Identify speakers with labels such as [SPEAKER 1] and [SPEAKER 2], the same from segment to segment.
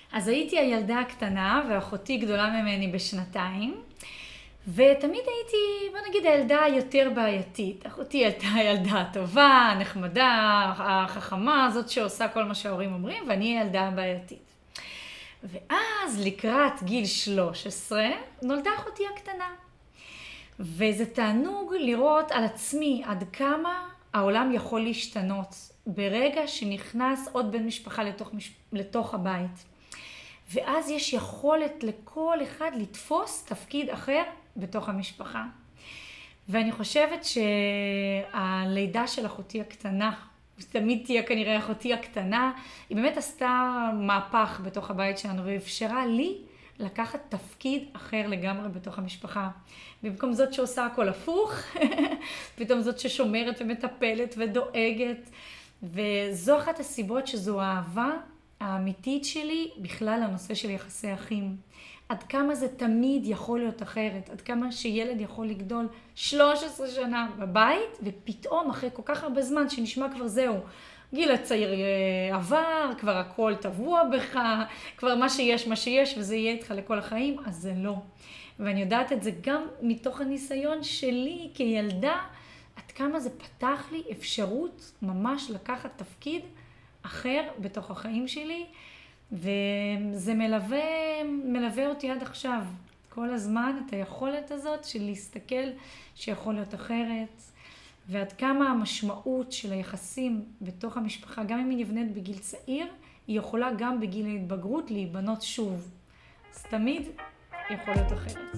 [SPEAKER 1] אז הייתי הילדה הקטנה, ואחותי גדולה ממני בשנתיים, ותמיד הייתי, בוא נגיד, הילדה היותר בעייתית. אחותי הייתה הילדה הטובה, נחמדה, החכמה, זאת שעושה כל מה שההורים אומרים, ואני הילדה הבעייתית. ואז לקראת גיל 13 נולדה אחותי הקטנה. וזה תענוג לראות על עצמי עד כמה העולם יכול להשתנות ברגע שנכנס עוד בן משפחה לתוך הבית. ואז יש יכולת לכל אחד לתפוס תפקיד אחר בתוך המשפחה. ואני חושבת שהלידה של אחותי הקטנה, תמיד תהיה כנראה אחותי הקטנה, היא באמת עשתה מהפך בתוך הבית שלנו ואפשרה לי לקחת תפקיד אחר לגמרי בתוך המשפחה. במקום זאת שעושה הכל הפוך, פתאום זאת ששומרת ומטפלת ודואגת. וזו אחת הסיבות שזו האהבה האמיתית שלי בכלל הנושא של יחסי אחים. עד כמה זה תמיד יכול להיות אחרת, עד כמה שילד יכול לגדול 13 שנה בבית, ופתאום אחרי כל כך הרבה זמן שנשמע כבר זהו, גיל הצעיר עבר, כבר הכל טבוע בך, כבר מה שיש וזה יהיה איתך לכל החיים, אז זה לא. ואני יודעת את זה גם מתוך הניסיון שלי כילדה, עד כמה זה פתח לי אפשרות ממש לקחת תפקיד אחר בתוך החיים שלי, וזה מלווה אותי עד עכשיו. כל הזמן את היכולת הזאת של להסתכל שיכול להיות אחרת, ועד כמה המשמעות של היחסים בתוך המשפחה, גם אם היא נבנית בגיל צעיר, היא יכולה גם בגיל ההתבגרות להיבנות שוב. אז תמיד יכול להיות אחרת.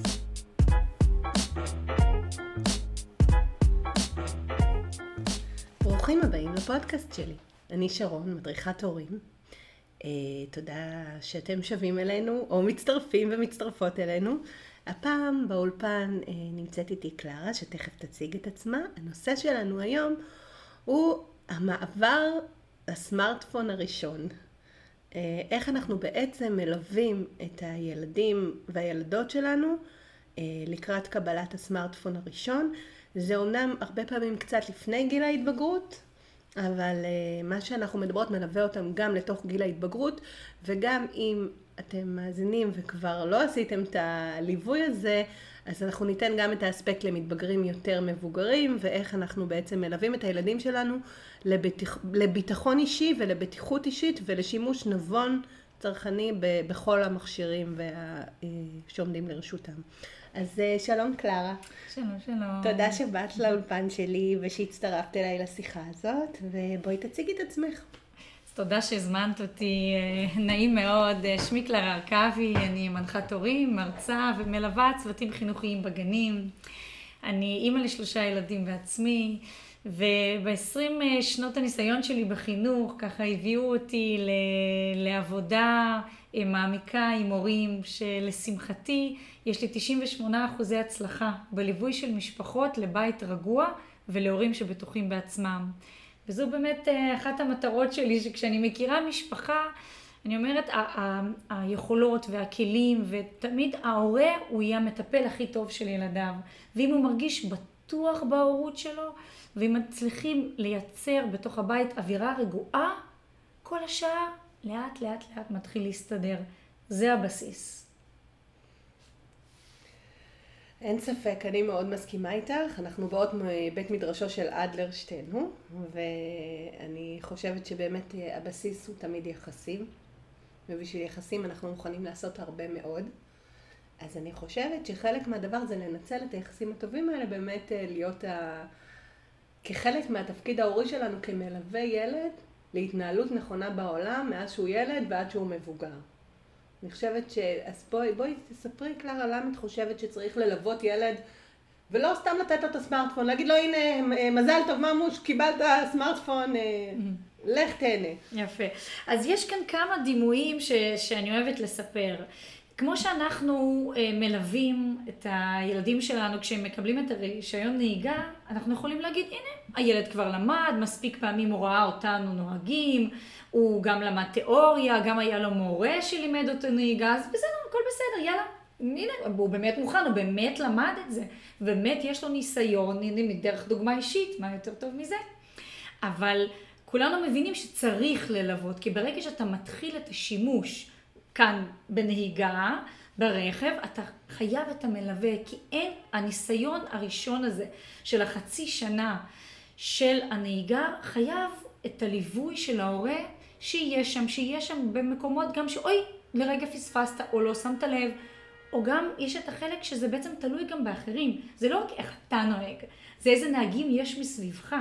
[SPEAKER 2] ברוכים הבאים לפודקאסט שלי. אני שרון, מדריכת הורים. תודה שאתם שווים אלינו או מצטרפים ומצטרפות אלינו. הפעם באולפן נמצאת איתי קלרה שתכף תציג את עצמה. הנושא שלנו היום הוא המעבר לסמארטפון הראשון. איך אנחנו בעצם מלווים את הילדים והילדות שלנו לקראת קבלת הסמארטפון הראשון. זה אומנם הרבה פעמים קצת לפני גיל ההתבגרות, אבל מה שאנחנו מדברות מלווה אותם גם לתוך גיל ההתבגרות, וגם אם אתם מאזינים וכבר לא עשיתם את הליווי הזה, אז אנחנו ניתן גם את האספקט למתבגרים יותר מבוגרים, ואיך אנחנו בעצם מלווים את הילדים שלנו לביטחון אישי ולבטיחות אישית ולשימוש נבון צרכני בכל המכשירים שעומדים לרשותם. אז שלום קלרה.
[SPEAKER 1] שלום, שלום.
[SPEAKER 2] תודה שבאת לאולפן שלי ושהצטרפת אליי לשיחה הזאת, ובואי תציגי את עצמך.
[SPEAKER 1] אז תודה שהזמנת אותי, נעים מאוד. שמי קלרה ארכבי, אני מנחת הורים, מרצה ומלווה צוותים חינוכיים בגנים. אני אימא ל3 ילדים בעצמי, וב-20 שנות הניסיון שלי בחינוך, ככה הביאו אותי לעבודה מעמיקה עם הורים, שלשמחתי יש לי 98% הצלחה בליווי של משפחות לבית רגוע ולהורים שבטוחים בעצמם. וזו באמת אחת המטרות שלי, שכשאני מכירה משפחה, אני אומרת, היכולות והכלים, ותמיד ההורה הוא יהיה המטפל הכי טוב של ילדיו. ואם הוא מרגיש בטוח בהורות שלו, ואם מצליחים לייצר בתוך הבית אווירה רגועה, כל השאר לאט לאט לאט מתחיל להסתדר. זה הבסיס.
[SPEAKER 2] אין ספק, אני מאוד מסכימה איתך. אנחנו באות מבית מדרשו של אדלר שתינו, ואני חושבת שבאמת הבסיס הוא תמיד יחסים, ובשביל יחסים אנחנו מוכנים לעשות הרבה מאוד. אז אני חושבת שחלק מהדבר זה לנצל את היחסים הטובים האלה, באמת להיות כחלק מהתפקיד ההורי שלנו כמלווה ילד להתנהלות נכונה בעולם מאז שהוא ילד ועד שהוא מבוגר. אני חושבת אז בואי תספרי קלרה למה את חושבת שצריך ללוות ילד ולא סתם לתת לו את הסמארטפון, להגיד לו הנה מזל טוב ממוש, קיבלת סמארטפון, לך תהנה.
[SPEAKER 1] יפה. אז יש כאן כמה דימויים שאני אוהבת לספר. כמו שאנחנו מלווים את הילדים שלנו כשהם מקבלים את הרישיון נהיגה, אנחנו יכולים להגיד, הנה, הילד כבר למד, מספיק פעמים הוא ראה אותנו נוהגים, הוא גם למד תיאוריה, גם היה לו מורה שלימד אותו נהיגה, אז בסדר, הכל בסדר, יאללה. הנה, הוא באמת מוכן, הוא באמת למד את זה, באמת יש לו ניסיון, הנה, מדרך דוגמה אישית, מה יותר טוב מזה? אבל כולנו מבינים שצריך ללוות, כי ברגע שאתה מתחיל את השימוש, כאן בנהיגה, ברכב, אתה חייב את המלווה, כי אין הניסיון הראשון הזה של החצי שנה של הנהיגה, חייב את הליווי של ההורה שיהיה שם במקומות גם שאוי, לרגע פספסת או לא שמת לב, או גם יש את החלק שזה בעצם תלוי גם באחרים. זה לא רק איך אתה נוהג, זה איזה נהגים יש מסביבך.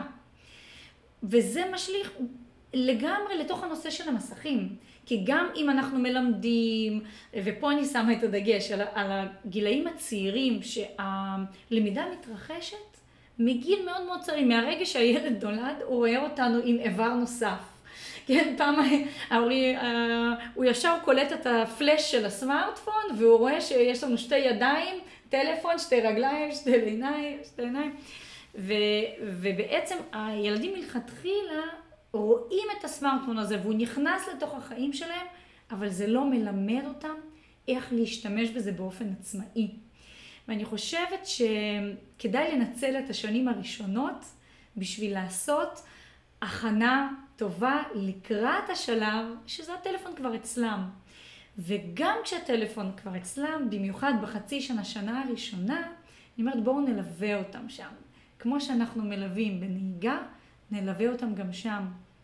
[SPEAKER 1] וזה משליך לגמרי לתוך הנושא של המסכים. כי גם אם אנחנו מלמדים, ופה אני שמה את הדגש על הגילאים הצעירים, שהלמידה מתרחשת מגיל מאוד מאוד צעיר. מהרגע שהילד נולד, הוא רואה אותנו עם איבר נוסף. כן, פעם הוא ישר קולט את הפלש של הסמארטפון, והוא רואה שיש לנו 2 ידיים, טלפון, 2 רגליים, 2 עיניים. ובעצם הילדים מלכתחילה רואים את הסמארטפון הזה, והוא נכנס לתוך החיים שלהם, אבל זה לא מלמד אותם איך להשתמש בזה באופן עצמאי. ואני חושבת שכדאי לנצל את השנים הראשונות בשביל לעשות הכנה טובה לקראת השלב שזה הטלפון כבר אצלם. וגם כשהטלפון כבר אצלם, במיוחד בחצי שנה הראשונה, אני אומרת בואו נלווה אותם שם. כמו שאנחנו מלווים בנהיגה, נלווה אותם גם שם.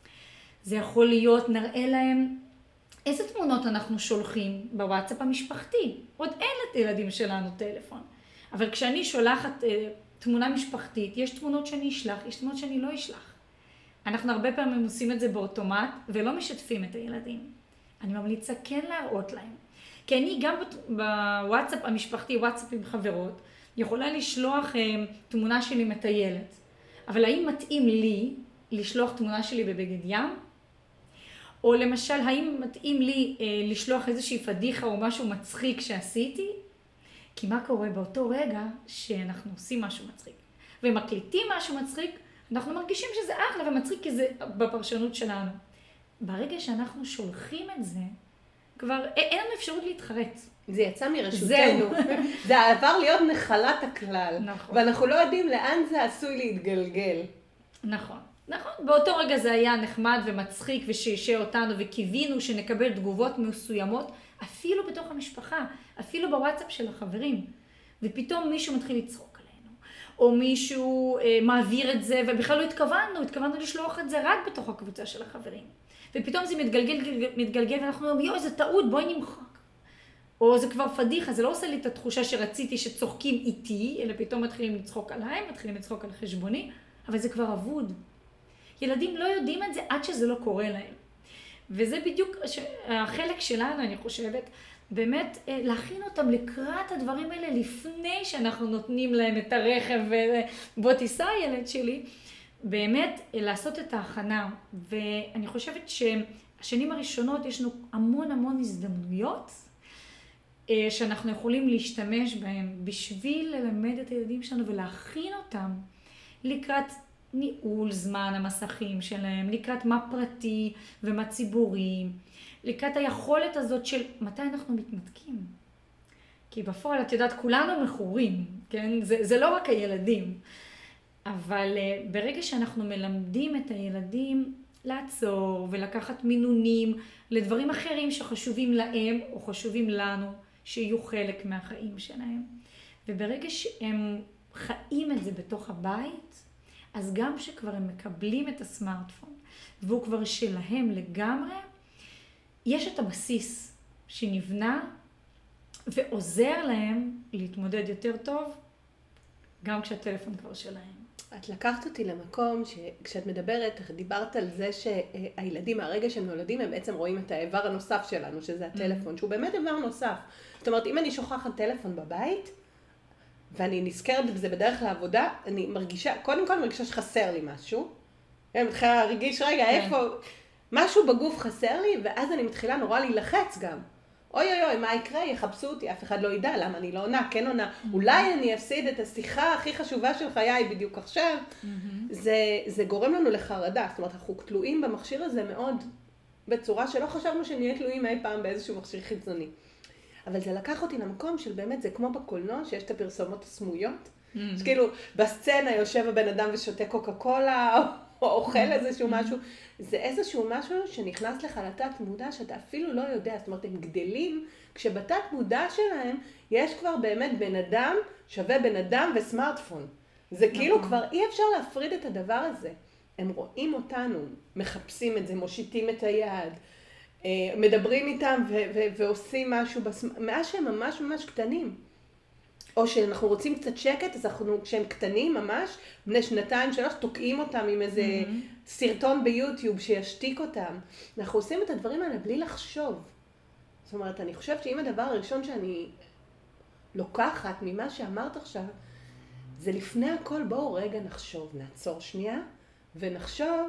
[SPEAKER 1] זה יכול להיות, נראה להם איזה תמונות אנחנו שולחים בוואטסאפ המשפחתי. עוד אין לילדים שלנו טלפון. אבל כשאני שולחת תמונה משפחתית, יש תמונות שאני אשלח, יש תמונות שאני לא אשלח. אנחנו הרבה פעמים עושים את זה באוטומט ולא משתפים את הילדים. אני ממליצה כן להראות להם. כי אני גם בוואטסאפ המשפחתי, וואטסאפ עם חברות, יכולה לשלוח תמונה שלי מטיילת. אבל האם מתאים לי לשלוח תמונה שלי בבגד ים? או למשל, האם מתאים לי לשלוח איזושהי פדיחה או משהו מצחיק שעשיתי? כי מה קורה באותו רגע שאנחנו עושים משהו מצחיק ומקליטים משהו מצחיק, אנחנו מרגישים שזה אחלה ומצחיק כי זה בפרשנות שלנו. ברגע שאנחנו שולחים את זה, כבר אין לנו אפשרות להתחרט.
[SPEAKER 2] זה יצא מרשותנו. זה עבר להיות נחלת הכלל.
[SPEAKER 1] נכון.
[SPEAKER 2] ואנחנו לא יודעים לאן זה עשוי להתגלגל.
[SPEAKER 1] נכון. נכון, באותו רגע זה היה נחמד ומצחיק ושישע אותנו וקיווינו שנקבל תגובות מסוימות, אפילו בתוך המשפחה, אפילו בוואטסאפ של החברים. ופתאום מישהו מתחיל לצחוק עלינו, או מישהו מעביר את זה, ובכלל לא התכוונו לשלוח את זה רק בתוך הקבוצה של החברים. ופתאום זה מתגלגל ואנחנו אומרים, יואי, זה טעות, בואי נמחק. או זה כבר פדיחה, זה לא עושה לי את התחושה שרציתי שצוחקים איתי, אלא פתאום מתחילים לצחוק עליי, מתחילים לצחוק על חשבוני, אבל זה כבר אבוד. ילדים לא יודעים את זה עד שזה לא קורה להם. וזה בדיוק החלק שלנו, אני חושבת, באמת להכין אותם לקראת הדברים האלה לפני שאנחנו נותנים להם את הרכב ובוא תיסע ילד שלי, באמת לעשות את ההכנה. ואני חושבת שהשנים הראשונות יש לנו המון הזדמנויות שאנחנו יכולים להשתמש בהם בשביל ללמד את הילדים שלנו ולהכין אותם לקראת ניהול זמן המסכים שלהם, לקראת מה פרטי ומה ציבורי, לקראת היכולת הזאת של מתי אנחנו מתנתקים. כי בפועל, את יודעת, כולנו מכורים, כן? זה לא רק הילדים. אבל ברגע שאנחנו מלמדים את הילדים לעצור ולקחת מינונים לדברים אחרים שחשובים להם או חשובים לנו, שיהיו חלק מהחיים שלהם. וברגע שהם חיים את זה בתוך הבית, אז גם שכבר הם מקבלים את הסמארטפון, והוא כבר שלהם לגמרי, יש את הבסיס שנבנה ועוזר להם להתמודד יותר טוב, גם כשהטלפון כבר שלהם.
[SPEAKER 2] את לקחת אותי למקום שכשאת מדברת, דיברת על זה שהילדים מהרגע שהם נולדים, הם בעצם רואים את האיבר הנוסף שלנו, שזה הטלפון, שהוא באמת איבר נוסף. זאת אומרת, אם אני שוכחת טלפון בבית, ואני נזכרת בזה בדרך לעבודה, אני מרגישה, קודם כל מרגישה שחסר לי משהו. אני מתחילה להרגיש, רגע, איפה, משהו בגוף חסר לי, ואז אני מתחילה נורא להילחץ גם. אוי, מה יקרה? יחפשו אותי, אף אחד לא ידע למה אני לא עונה, כן עונה. אולי אני אפסיד את השיחה הכי חשובה של חיי בדיוק עכשיו. זה גורם לנו לחרדה. זאת אומרת, אנחנו תלויים במכשיר הזה מאוד, בצורה שלא חשבנו שנהיה תלויים אי פעם באיזשהו מכשיר חיצוני. אבל זה לקח אותי למקום של באמת, זה כמו בקולנוע, שיש את הפרסומות הסמויות. שכאילו, בסצנה יושב הבן אדם ושותה קוקה קולה, או אוכל איזשהו משהו, זה איזשהו משהו שנכנס לך לתת מודע שאתה אפילו לא יודע, זאת אומרת, הם גדלים, כשבתת מודע שלהם יש כבר באמת בן אדם שווה בן אדם וסמארטפון. זה כאילו כבר אי אפשר להפריד את הדבר הזה. הם רואים אותנו, מחפשים את זה, מושיטים את היד, מדברים איתם ועושים משהו, מאז שהם ממש ממש קטנים. או שאנחנו רוצים קצת שקט, אז כשהם קטנים ממש, בני 2-3, תוקעים אותם עם איזה סרטון ביוטיוב שישתיק אותם. אנחנו עושים את הדברים האלה בלי לחשוב. זאת אומרת, אני חושבת שאם הדבר הראשון שאני לוקחת ממה שאמרת עכשיו, זה לפני הכל, בואו רגע נחשוב, נעצור שנייה, ונחשוב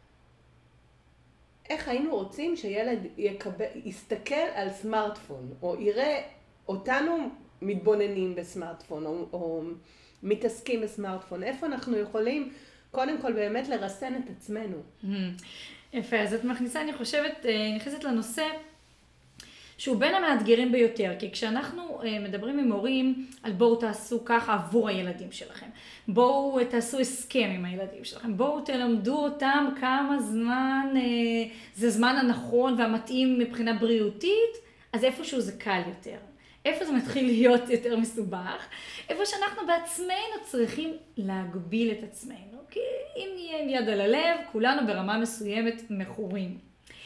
[SPEAKER 2] איך היינו רוצים שילד יסתכל על סמארטפון, או יראה אותנו מתבוננים בסמארטפון, או מתעסקים בסמארטפון. איפה אנחנו יכולים קודם כל באמת לרסן את עצמנו.
[SPEAKER 1] יפה, אז את מכניסה, אני חושבת, נכנסת לנושא שהוא בין המאתגרים ביותר, כי כשאנחנו מדברים עם הורים על בואו תעשו ככה עבור הילדים שלכם, בואו תעשו הסכם עם הילדים שלכם, בואו תלמדו אותם כמה זמן זה זמן הנכון והמתאים מבחינה בריאותית, אז איפשהו זה קל יותר. איפה זה מתחיל להיות יותר מסובך? איפה שאנחנו בעצמנו צריכים להגביל את עצמנו. כי אם נהיה עם יד על הלב, כולנו ברמה מסוימת מכורים.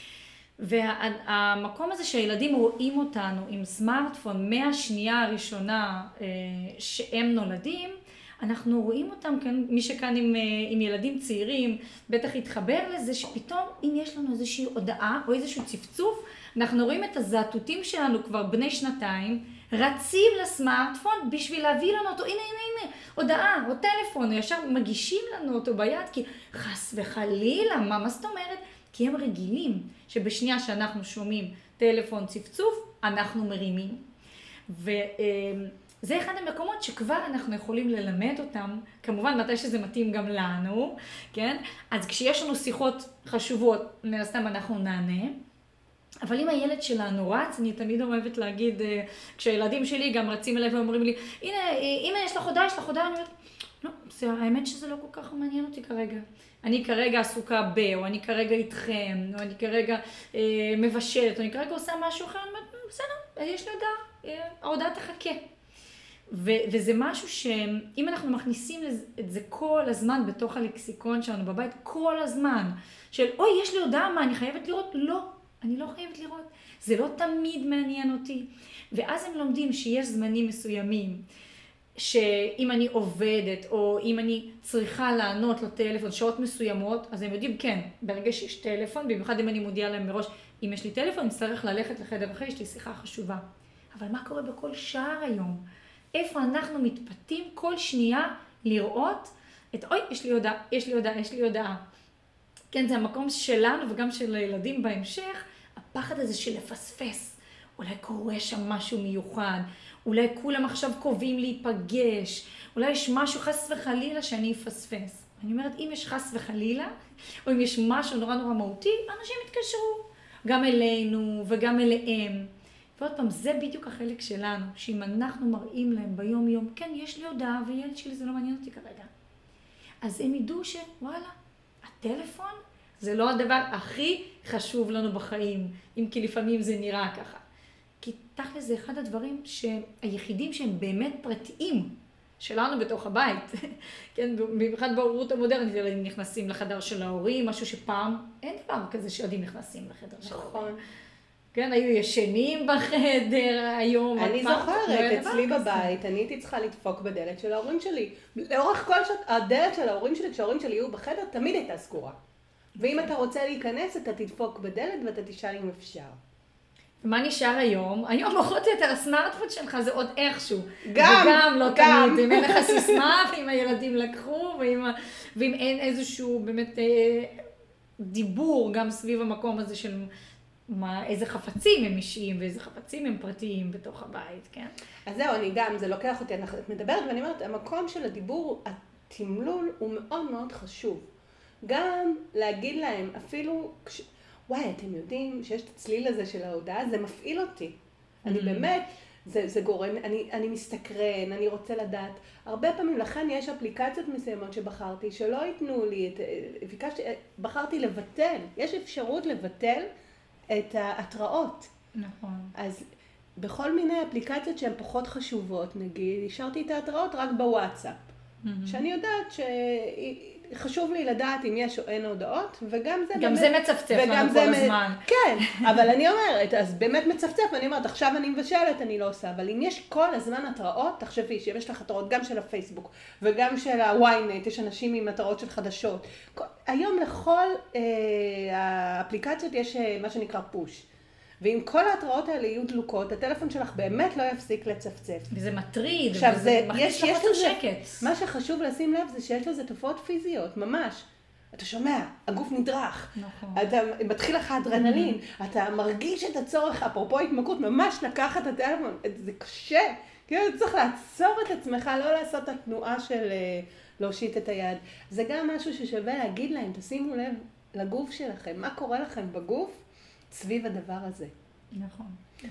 [SPEAKER 1] והמקום הזה שהילדים רואים אותנו עם סמארטפון מהשנייה הראשונה שהם נולדים, אנחנו רואים אותם כאן, מי שכאן עם ילדים צעירים, בטח יתחבר לזה שפתאום אם יש לנו איזושהי הודעה או איזשהו צפצוף, אנחנו רואים את הזעתותים שלנו כבר בני 2, רצים לסמארטפון בשביל להביא לנו אותו, הנה, הודעה או טלפון, ישר מגישים לנו אותו ביד, כי חס וחלילה, מה זאת אומרת? כי הם רגילים שבשנייה שאנחנו שומעים טלפון צפצוף, אנחנו מרימים. וזה אחד המקומות שכבר אנחנו יכולים ללמד אותם, כמובן מתי שזה מתאים גם לנו, כן? אז כשיש לנו שיחות חשובות, מן הסתם אנחנו נענה. אבל אם הילד שלנו רץ, אני תמיד אוהבת להגיד, כשהילדים שלי גם רצים אליי ואומרים לי, הנה, אמא, יש לך הודעה, אני אומרת, לא, האמת שזה לא כל כך מעניין אותי כרגע. אני כרגע עסוקה או אני כרגע איתכם, או אני כרגע מבשלת, או אני כרגע עושה משהו אחר, אני אומרת, בסדר, יש לי הודעה, ההודעה תחכה. וזה משהו שאם אנחנו מכניסים את זה כל הזמן בתוך הלקסיקון שלנו בבית, כל הזמן, של אוי, יש לי הודעה, מה, אני חייבת לראות? לא. אני לא חייבת לראות. זה לא תמיד מעניין אותי. ואז הם לומדים שיש זמנים מסוימים, שאם אני עובדת, או אם אני צריכה לענות לטלפון שעות מסוימות, אז הם יודעים, כן, ברגע שיש טלפון, במיוחד אם אני מודיעה להם מראש, אם יש לי טלפון, אני צריך ללכת לחדר אחר, יש לי שיחה חשובה. אבל מה קורה בכל שער היום? איפה אנחנו מתפתים כל שנייה לראות את, אוי, יש לי הודעה. כן, זה המקום שלנו וגם של הילדים בהמשך, הפחד הזה של לפספס. אולי קורה שם משהו מיוחד, אולי כולם עכשיו קובעים להיפגש, אולי יש משהו חס וחלילה שאני אפספס. אני אומרת, אם יש חס וחלילה, או אם יש משהו נורא מהותי, אנשים יתקשרו. גם אלינו וגם אליהם. ועוד פעם, זה בדיוק החלק שלנו, שאם אנחנו מראים להם ביום יום, כן, יש לי הודעה וילד שלי זה לא מעניין אותי כרגע. אז הם ידעו שוואלה, הטלפון זה לא הדבר הכי חשוב לנו בחיים, אם כי לפעמים זה נראה ככה. כי תכל'ס זה אחד הדברים היחידים שהם באמת פרטיים שלנו בתוך הבית. כן, במיוחד בהורות המודרנית, ילדים נכנסים לחדר של ההורים, משהו שפעם אין דבר כזה שילדים נכנסים לחדר של ההורים. כן, היו ישנים בחדר היום.
[SPEAKER 2] אני זוכרת, אצלי בבית, אני הייתי צריכה לדפוק בדלת של ההורים שלי. לאורך כל הדלת של ההורים שלי, כשההורים שלי יהיו בחדר, תמיד הייתה סגורה. ואם אתה רוצה להיכנס, אתה תדפוק בדלת ואתה תשאל אם אפשר.
[SPEAKER 1] ומה נשאר היום? היום פחות או יותר הסמארטפון שלך זה עוד איכשהו.
[SPEAKER 2] גם,
[SPEAKER 1] לא תמיד. אם אין לך סיסמה, ואם הילדים לקחו, ואם אין איזשהו באמת דיבור גם סביב המקום הזה של איזה חפצים הם אישיים ואיזה חפצים הם פרטיים בתוך הבית, כן?
[SPEAKER 2] אז זהו, אני גם, זה לוקח אותי, את מדברת ואני אומרת, המקום של הדיבור, התמלול הוא מאוד מאוד חשוב. גם להגיד להם, אפילו, וואי, אתם יודעים שיש את הצליל הזה של ההודעה, זה מפעיל אותי. אני באמת, זה גורם, אני מסתקרן, אני רוצה לדעת. הרבה פעמים, לכן יש אפליקציות מסוימות שבחרתי, שלא ייתנו לי, בחרתי לבטל. יש אפשרות לבטל את ההתראות.
[SPEAKER 1] נכון.
[SPEAKER 2] אז בכל מיני אפליקציות שהן פחות חשובות, נגיד, השארתי את ההתראות רק בוואטסאפ. שאני יודעת שחשוב לי לדעת אם יש או אין הודעות, וגם זה
[SPEAKER 1] גם זה מצפצף לנו כל הזמן.
[SPEAKER 2] כן, אבל אני אומרת, אז באמת מצפצף, ואני אומרת, עכשיו אני מבשלת, אני לא עושה, אבל אם יש כל הזמן התראות, תחשבי שיש לך התראות גם של הפייסבוק, וגם של הוויינט, יש אנשים עם התראות של חדשות. היום לכל האפליקציות יש מה שנקרא פוש. ואם כל ההתראות האלה יהיו דלוקות, הטלפון שלך באמת לא יפסיק לצפצף.
[SPEAKER 1] וזה מטריד,
[SPEAKER 2] וזה
[SPEAKER 1] מכניס לך חוסר שקט.
[SPEAKER 2] מה שחשוב לשים לב זה שיש לזה תופעות פיזיות, ממש. אתה שומע, הגוף נדרך.
[SPEAKER 1] נכון.
[SPEAKER 2] אתה מתחיל לך אדרנלין, אתה מרגיש את הצורך, אפרופו התמכרות, ממש לקחת את הטלפון. זה קשה. כאילו, אתה צריך לעצור את עצמך, לא לעשות את התנועה של להושיט את היד. זה גם משהו ששווה להגיד להם, תשימו לב לגוף שלכם, מה קורה לכם בגוף? סביב הדבר הזה.
[SPEAKER 1] נכון.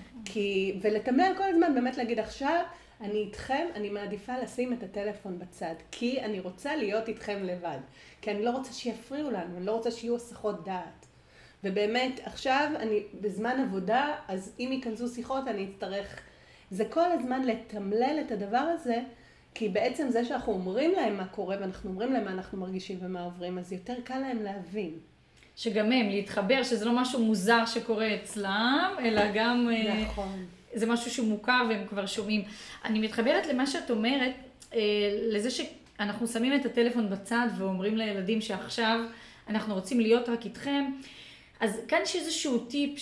[SPEAKER 2] ולתמלל כל הזמן, באמת להגיד עכשיו, אני איתכם, אני מעדיפה לשים את הטלפון בצד, כי אני רוצה להיות איתכם לבד. כי אני לא רוצה שיפריעו לנו, אני לא רוצה שיהיו הסחות דעת. ובאמת, עכשיו אני בזמן עבודה, אז אם ייכנסו שיחות, אני אצטרך. זה כל הזמן לתמלל את הדבר הזה, כי בעצם זה שאנחנו אומרים להם מה קורה, ואנחנו אומרים להם מה אנחנו מרגישים ומה עוברים, אז יותר קל להם להבין.
[SPEAKER 1] שגם הם להתחבר, שזה לא משהו מוזר שקורה אצלם, אלא גם
[SPEAKER 2] נכון.
[SPEAKER 1] זה משהו שהוא מוכר והם כבר שומעים. אני מתחברת למה שאת אומרת, לזה שאנחנו שמים את הטלפון בצד ואומרים לילדים שעכשיו אנחנו רוצים להיות רק איתכם. אז כאן יש איזשהו טיפ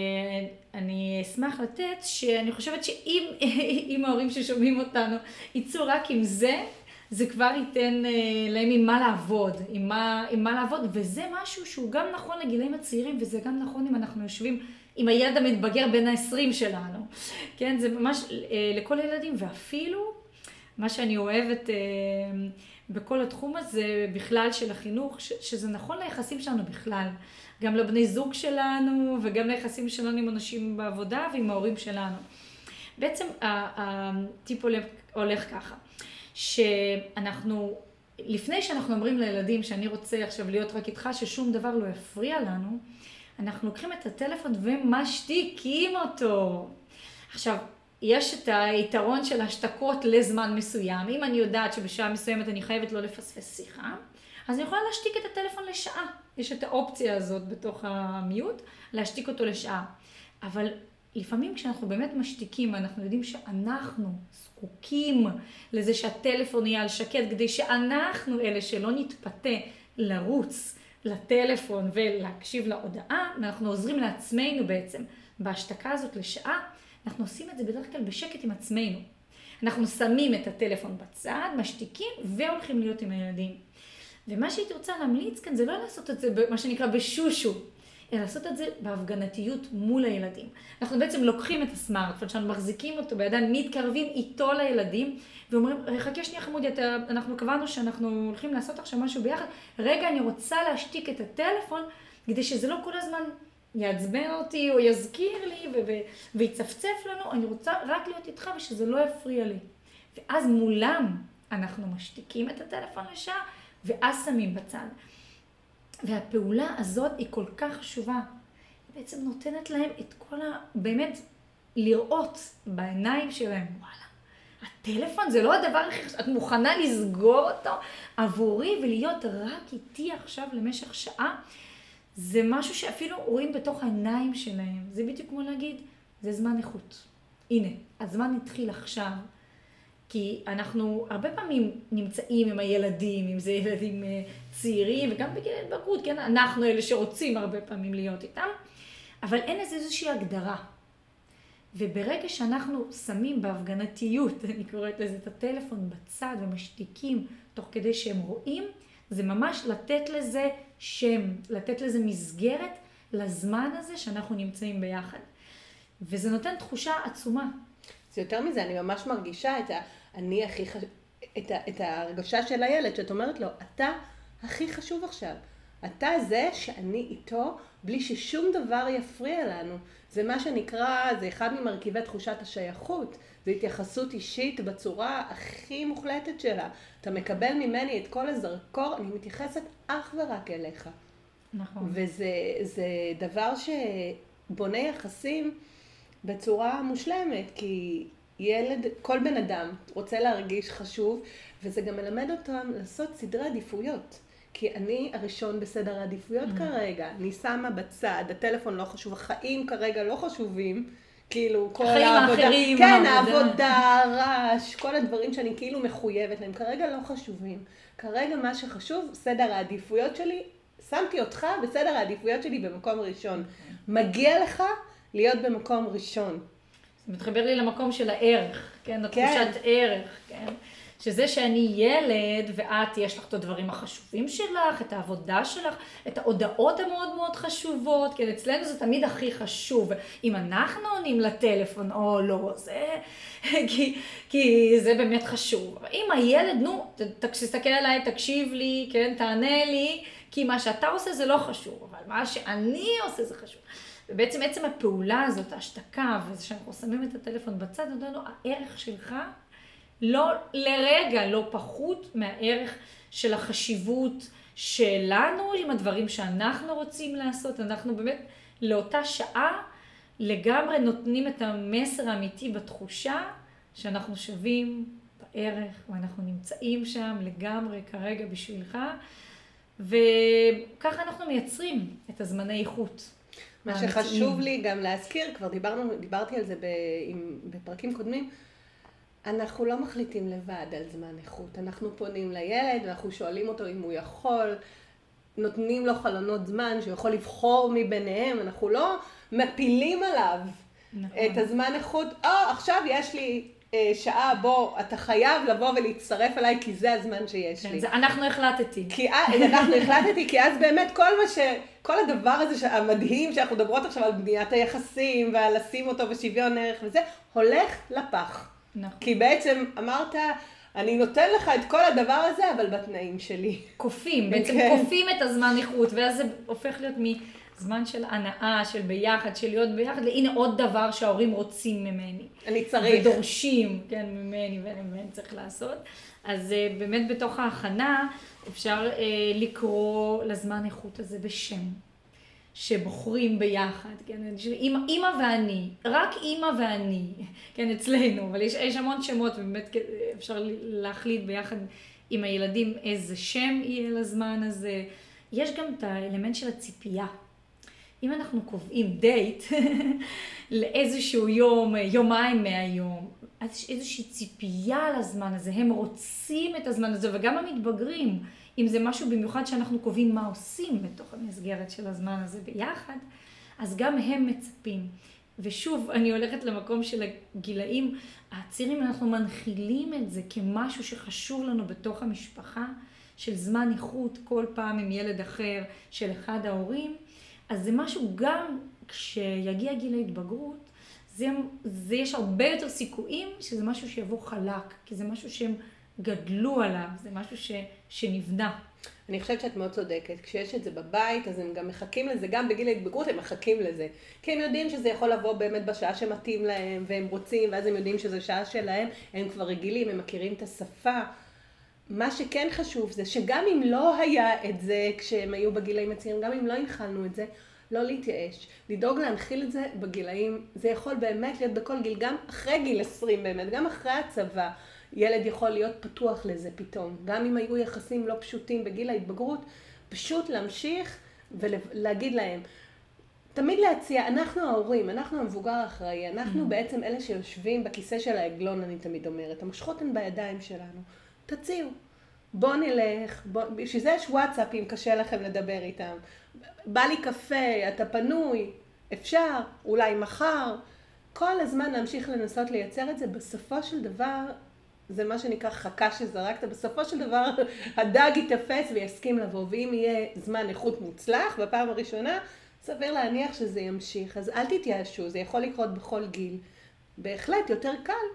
[SPEAKER 1] שאני אשמח לתת, שאני חושבת שאם ההורים ששומעים אותנו יצאו רק עם זה, זה כבר ייתן להם עם מה לעבוד, עם מה לעבוד, וזה משהו שהוא גם נכון לגילאים הצעירים, וזה גם נכון אם אנחנו יושבים עם הילד המתבגר בין ה-20 שלנו. כן, זה ממש לכל ילדים, ואפילו מה שאני אוהבת בכל התחום הזה, בכלל של החינוך, שזה נכון ליחסים שלנו בכלל, גם לבני זוג שלנו, וגם ליחסים שלנו עם אנשים בעבודה ועם ההורים שלנו. בעצם הטיפ הולך ככה. שאנחנו, לפני שאנחנו אומרים לילדים שאני רוצה עכשיו להיות רק איתך, ששום דבר לא יפריע לנו, אנחנו לוקחים את הטלפון ומשתיקים אותו. עכשיו, יש את היתרון של השתקות לזמן מסוים. אם אני יודעת שבשעה מסוימת אני חייבת לא לפספס שיחה, אז אני יכולה להשתיק את הטלפון לשעה. יש את האופציה הזאת בתוך המיוט, להשתיק אותו לשעה. אבל לפעמים כשאנחנו באמת משתיקים, אנחנו יודעים שאנחנו זקוקים לזה שהטלפון יהיה על שקט, כדי שאנחנו אלה שלא נתפתה לרוץ לטלפון ולהקשיב להודעה, ואנחנו עוזרים לעצמנו בעצם בהשתקה הזאת לשעה, אנחנו עושים את זה בדרך כלל בשקט עם עצמנו. אנחנו שמים את הטלפון בצד, משתיקים והולכים להיות עם הילדים. ומה שהייתי רוצה להמליץ כאן זה לא לעשות את זה מה שנקרא בשושו, אלא לעשות את זה בהפגנתיות מול הילדים. אנחנו בעצם לוקחים את הסמארטפון שלנו, מחזיקים אותו בידיים, מתקרבים איתו לילדים, ואומרים, חכה שנייה חמודי, אנחנו קבענו שאנחנו הולכים לעשות עכשיו משהו ביחד, רגע אני רוצה להשתיק את הטלפון, כדי שזה לא כל הזמן יעצבן אותי או יזכיר לי ויצפצף לנו, אני רוצה רק להיות איתך ושזה לא יפריע לי. ואז מולם אנחנו משתיקים את הטלפון לשעה, ואז שמים בצד. והפעולה הזאת היא כל כך חשובה. היא בעצם נותנת להם את כל באמת לראות בעיניים שלהם, וואלה, הטלפון זה לא הדבר הכי חשוב, את מוכנה לסגור אותו עבורי ולהיות רק איתי עכשיו למשך שעה, זה משהו שאפילו רואים בתוך העיניים שלהם. זה בדיוק כמו להגיד, זה זמן איכות. הנה, הזמן התחיל עכשיו. כי אנחנו הרבה פעמים נמצאים עם הילדים, אם זה ילדים צעירים וגם בגיל ההתבגרות, כן? אנחנו אלה שרוצים הרבה פעמים להיות איתם, אבל אין איזושהי הגדרה. וברגע שאנחנו שמים בהפגנתיות, אני קוראת לזה את הטלפון בצד ומשתיקים תוך כדי שהם רואים, זה ממש לתת לזה שם, לתת לזה מסגרת לזמן הזה שאנחנו נמצאים ביחד. וזה נותן תחושה עצומה.
[SPEAKER 2] זה יותר מזה, אני ממש מרגישה את ההרגשה של הילד, שאת אומרת לו, אתה הכי חשוב עכשיו. אתה זה שאני איתו בלי ששום דבר יפריע לנו. זה מה שנקרא, זה אחד ממרכיבי תחושת השייכות. זה התייחסות אישית בצורה הכי מוחלטת שלה. אתה מקבל ממני את כל הזרקור, אני מתייחסת אך ורק אליך.
[SPEAKER 1] נכון.
[SPEAKER 2] וזה דבר שבונה יחסים בצורה מושלמת, כי ילד, כל בן אדם רוצה להרגיש חשוב, וזה גם מלמד אותם לעשות סדרי עדיפויות. כי אני הראשון בסדר העדיפויות כרגע, אני שמה בצד, הטלפון לא חשוב, החיים כרגע לא חשובים, כאילו כל העבודה,
[SPEAKER 1] האחרים,
[SPEAKER 2] כן, העבודה, הרעש, כל הדברים שאני כאילו מחויבת להם, כרגע לא חשובים. כרגע מה שחשוב, סדר העדיפויות שלי, שמתי אותך בסדר העדיפויות שלי במקום ראשון. מגיע לך להיות במקום ראשון.
[SPEAKER 1] זה מתחבר לי למקום של הערך, כן? התחושת ערך, כן? שזה שאני ילד ואת יש לך את הדברים החשובים שלך, את העבודה שלך, את ההודעות המאוד מאוד חשובות, כן? אצלנו זה תמיד הכי חשוב. אם אנחנו עונים לטלפון או לא, זה... כי זה באמת חשוב. אבל אם הילד, תסתכל עליי, תקשיב לי, כן? תענה לי, כי מה שאתה עושה זה לא חשוב, אבל מה שאני עושה זה חשוב. ובעצם עצם הפעולה הזאת, ההשתקה, וזה שאנחנו שמים את הטלפון בצד, נודענו, הערך שלך לא לרגע, לא פחות מהערך של החשיבות שלנו, עם הדברים שאנחנו רוצים לעשות. אנחנו באמת לאותה שעה לגמרי נותנים את המסר האמיתי בתחושה שאנחנו שווים בערך, ואנחנו נמצאים שם לגמרי כרגע בשבילך, וככה אנחנו מייצרים את הזמני איכות.
[SPEAKER 2] מה שחשוב לי גם להזכיר, כבר דיברתי על זה בפרקים קודמים, אנחנו לא מחליטים לבד על זמן איכות. אנחנו פונים לילד, אנחנו שואלים אותו אם הוא יכול, נותנים לו חלונות זמן שהוא יכול לבחור מביניהם, אנחנו לא מפילים עליו את הזמן איכות. עכשיו יש לי שעה בו אתה חייב לבוא ולהצטרף אליי כי זה הזמן שיש לי.
[SPEAKER 1] אנחנו החלטתי.
[SPEAKER 2] אנחנו החלטתי כי אז באמת כל הדבר הזה המדהים שאנחנו מדברות עכשיו על בניית היחסים ועל לשים אותו בשוויון ערך וזה, הולך לפח.
[SPEAKER 1] נכון.
[SPEAKER 2] כי בעצם אמרת, אני נותן לך את כל הדבר הזה, אבל בתנאים שלי.
[SPEAKER 1] כופים, בעצם כופים את הזמן איכות, ואז זה הופך להיות מזמן של הנאה, של ביחד, של להיות ביחד, והנה עוד דבר שההורים רוצים ממני.
[SPEAKER 2] אני צריך.
[SPEAKER 1] ודורשים, כן, ממני ואני צריך לעשות. אז באמת בתוך ההכנה אפשר לקרוא לזמן איכות הזה בשם. שבוחרים ביחד, כן, אמא ואני, רק אמא ואני, כן, אצלנו, אבל יש המון שמות, ובאמת אפשר להחליט ביחד עם הילדים איזה שם יהיה לזמן הזה. יש גם את האלמנט של הציפייה. אם אנחנו קובעים דייט לאיזשהו יום, יומיים מהיום, אז יש איזושהי ציפייה לזמן הזה, הם רוצים את הזמן הזה, וגם המתבגרים, אם זה משהו במיוחד שאנחנו קובעים מה עושים בתוך המסגרת של הזמן הזה ביחד, אז גם הם מצפים. ושוב, אני הולכת למקום של הגילאים הצעירים, אנחנו מנחילים את זה כמשהו שחשוב לנו בתוך המשפחה, של זמן איכות כל פעם עם ילד אחר של אחד ההורים, אז זה משהו גם כשיגיע גיל ההתבגרות, יש הרבה יותר סיכויים שזה משהו שיבוא חלק, כי זה משהו שהם גדלו עליו, זה משהו שנבנה.
[SPEAKER 2] אני חושבת שאת מאוד צודקת. כשיש את זה בבית, אז הם גם מחכים לזה, גם בגיל ההתבגרות הם מחכים לזה. כי הם יודעים שזה יכול לבוא באמת בשעה שמתאים להם, והם רוצים, ואז הם יודעים שזו שעה שלהם, הם כבר רגילים, הם מכירים את השפה. מה שכן חשוב זה שגם אם לא היה את זה כשהם היו בגילאים הצעירים, גם אם לא הנחלנו את זה, לא להתייאש. לדאוג להנחיל את זה בגילאים, זה יכול באמת להיות בכל גיל, גם אחרי גיל 20 באמת, גם אחרי הצבא. ילד יכול להיות פתוח לזה פתאום. גם אם היו יחסים לא פשוטים בגיל ההתבגרות, פשוט להמשיך ולהגיד להם, תמיד להציע, אנחנו ההורים, אנחנו המבוגר האחראי, אנחנו בעצם אלה שיושבים בכיסא של העגלון, אני תמיד אומרת, המושכות הן בידיים שלנו. תציעו, בוא נלך, בשביל זה יש וואטסאפ אם קשה לכם לדבר איתם. בא לי קפה, אתה פנוי, אפשר, אולי מחר. כל הזמן להמשיך לנסות לייצר את זה, בסופו של דבר, זה מה שנקרא חכה שזרקת, בסופו של דבר הדג יתפס ויסכים לבוא, ואם יהיה זמן איכות מוצלח בפעם הראשונה, סביר להניח שזה ימשיך. אז אל תתייאשו, זה יכול לקרות בכל גיל. בהחלט יותר קל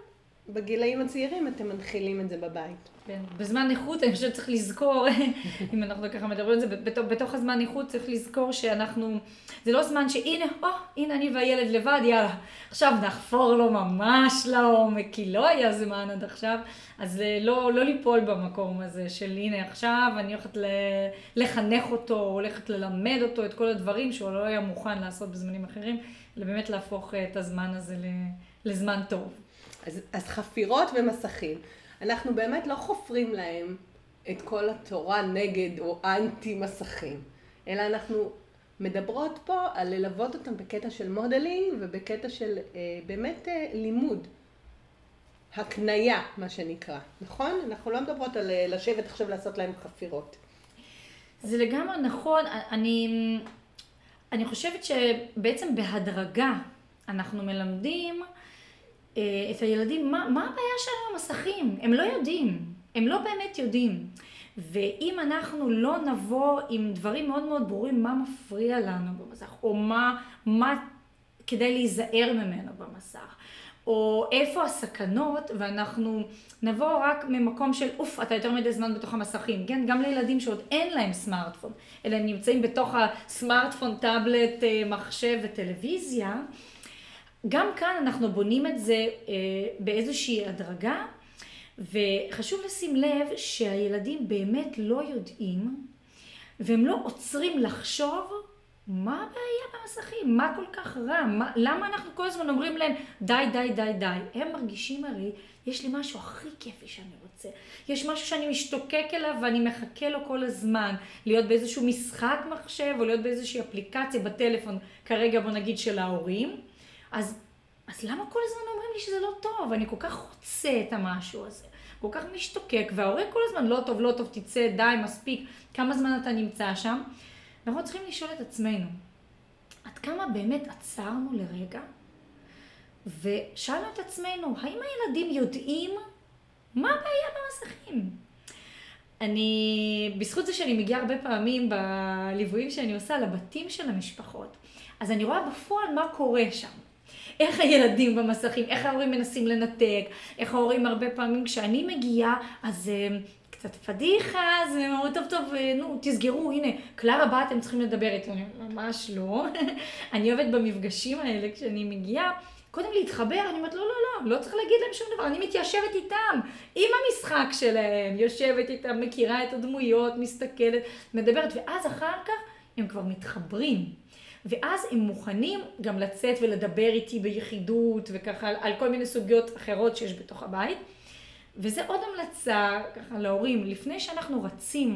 [SPEAKER 2] בגילאים הצעירים אתם מנחילים את זה בבית.
[SPEAKER 1] כן, בזמן איכות אני חושבת צריך לזכור, אם אנחנו ככה מדברים על זה, בתוך הזמן איכות צריך לזכור שאנחנו, זה לא זמן שהנה, הנה אני והילד לבד, יאללה, עכשיו נחפור לו ממש לעומק, כי לא היה זמן עד עכשיו, אז לא ליפול במקום הזה של הנה עכשיו אני הולכת לחנך אותו, הולכת ללמד אותו את כל הדברים שהוא לא היה מוכן לעשות בזמנים אחרים, אלא באמת להפוך את הזמן הזה לזמן טוב.
[SPEAKER 2] אז חפירות ומסכים. אנחנו באמת לא חופרים להם את כל התורה נגד או אנטי מסכים, אלא אנחנו מדברות פה על ללוות אותם בקטע של מודלינג ובקטע של באמת לימוד, הקנייה מה שנקרא, נכון? אנחנו לא מדברות על לשבת עכשיו לעשות להם חפירות.
[SPEAKER 1] זה לגמרי נכון, אני חושבת שבעצם בהדרגה אנחנו מלמדים את הילדים, מה הבעיה שלהם במסכים? הם לא יודעים, הם לא באמת יודעים. ואם אנחנו לא נבוא עם דברים מאוד מאוד ברורים, מה מפריע לנו במסך, או מה כדי להיזהר ממנו במסך, או איפה הסכנות, ואנחנו נבוא רק ממקום של, אתה יותר מדי זמן בתוך המסכים, כן? גם לילדים שעוד אין להם סמארטפון, אלא הם נמצאים בתוך הסמארטפון, טאבלט, מחשב וטלוויזיה, גם כאן אנחנו בונים את זה באיזושהי הדרגה, וחשוב לשים לב שהילדים באמת לא יודעים, והם לא עוצרים לחשוב מה הבעיה במסכים, מה כל כך רע, למה אנחנו כל הזמן אומרים להם די, די, די, די. הם מרגישים הרי, יש לי משהו הכי כיפי שאני רוצה, יש משהו שאני משתוקק אליו ואני מחכה לו כל הזמן, להיות באיזשהו משחק מחשב או להיות באיזושהי אפליקציה בטלפון, כרגע בוא נגיד של ההורים, אז למה כל הזמן אומרים לי שזה לא טוב? אני כל כך רוצה את המשהו הזה, כל כך משתוקק, וההורה כל הזמן לא טוב, לא טוב, תצא, די, מספיק, כמה זמן אתה נמצא שם? אנחנו צריכים לשאול את עצמנו, עד כמה באמת עצרנו לרגע, ושאלנו את עצמנו, האם הילדים יודעים מה הבעיה במסכים? בזכות זה שאני מגיעה הרבה פעמים בליוויים שאני עושה לבתים של המשפחות, אז אני רואה בפועל מה קורה שם. איך הילדים במסכים, איך ההורים מנסים לנתק, איך ההורים הרבה פעמים כשאני מגיעה, אז קצת פדיחה, אז טוב, נו, תסגרו, הנה, קלרה באה, אתם צריכים לדבר איתי, אני ממש לא. אני אוהבת במפגשים האלה כשאני מגיעה, קודם להתחבר, אני אומרת, לא צריך להגיד להם שום דבר, אני מתיישבת איתם, עם המשחק שלהם, יושבת איתם, מכירה את הדמויות, מסתכלת, מדברת, ואז אחר כך הם כבר מתחברים. ואז הם מוכנים גם לצאת ולדבר איתי ביחידות וככה על כל מיני סוגיות אחרות שיש בתוך הבית. וזה עוד המלצה ככה להורים, לפני שאנחנו רצים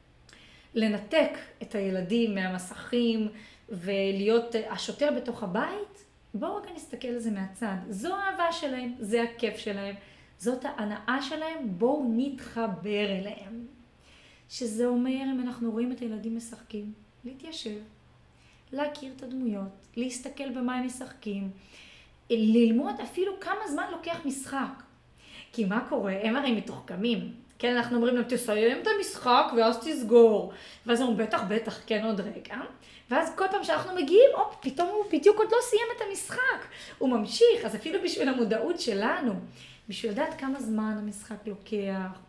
[SPEAKER 1] לנתק את הילדים מהמסכים ולהיות השוטר בתוך הבית, בואו רגע נסתכל על זה מהצד. זו האהבה שלהם, זה הכיף שלהם, זאת ההנאה שלהם, בואו נתחבר אליהם. שזה אומר אם אנחנו רואים את הילדים משחקים, להתיישב. להכיר את הדמויות, להסתכל במה הם משחקים, ללמוד אפילו כמה זמן לוקח משחק. כי מה קורה? הם הרי מתוחכמים. כן, אנחנו אומרים להם, תסיים את המשחק ואז תסגור. ואז הם בטח, כן, עוד רגע. ואז כל פעם שאנחנו מגיעים, פתאום הוא בדיוק עוד לא סיים את המשחק. הוא ממשיך, אז אפילו בשביל המודעות שלנו, בשביל לדעת כמה זמן המשחק לוקח,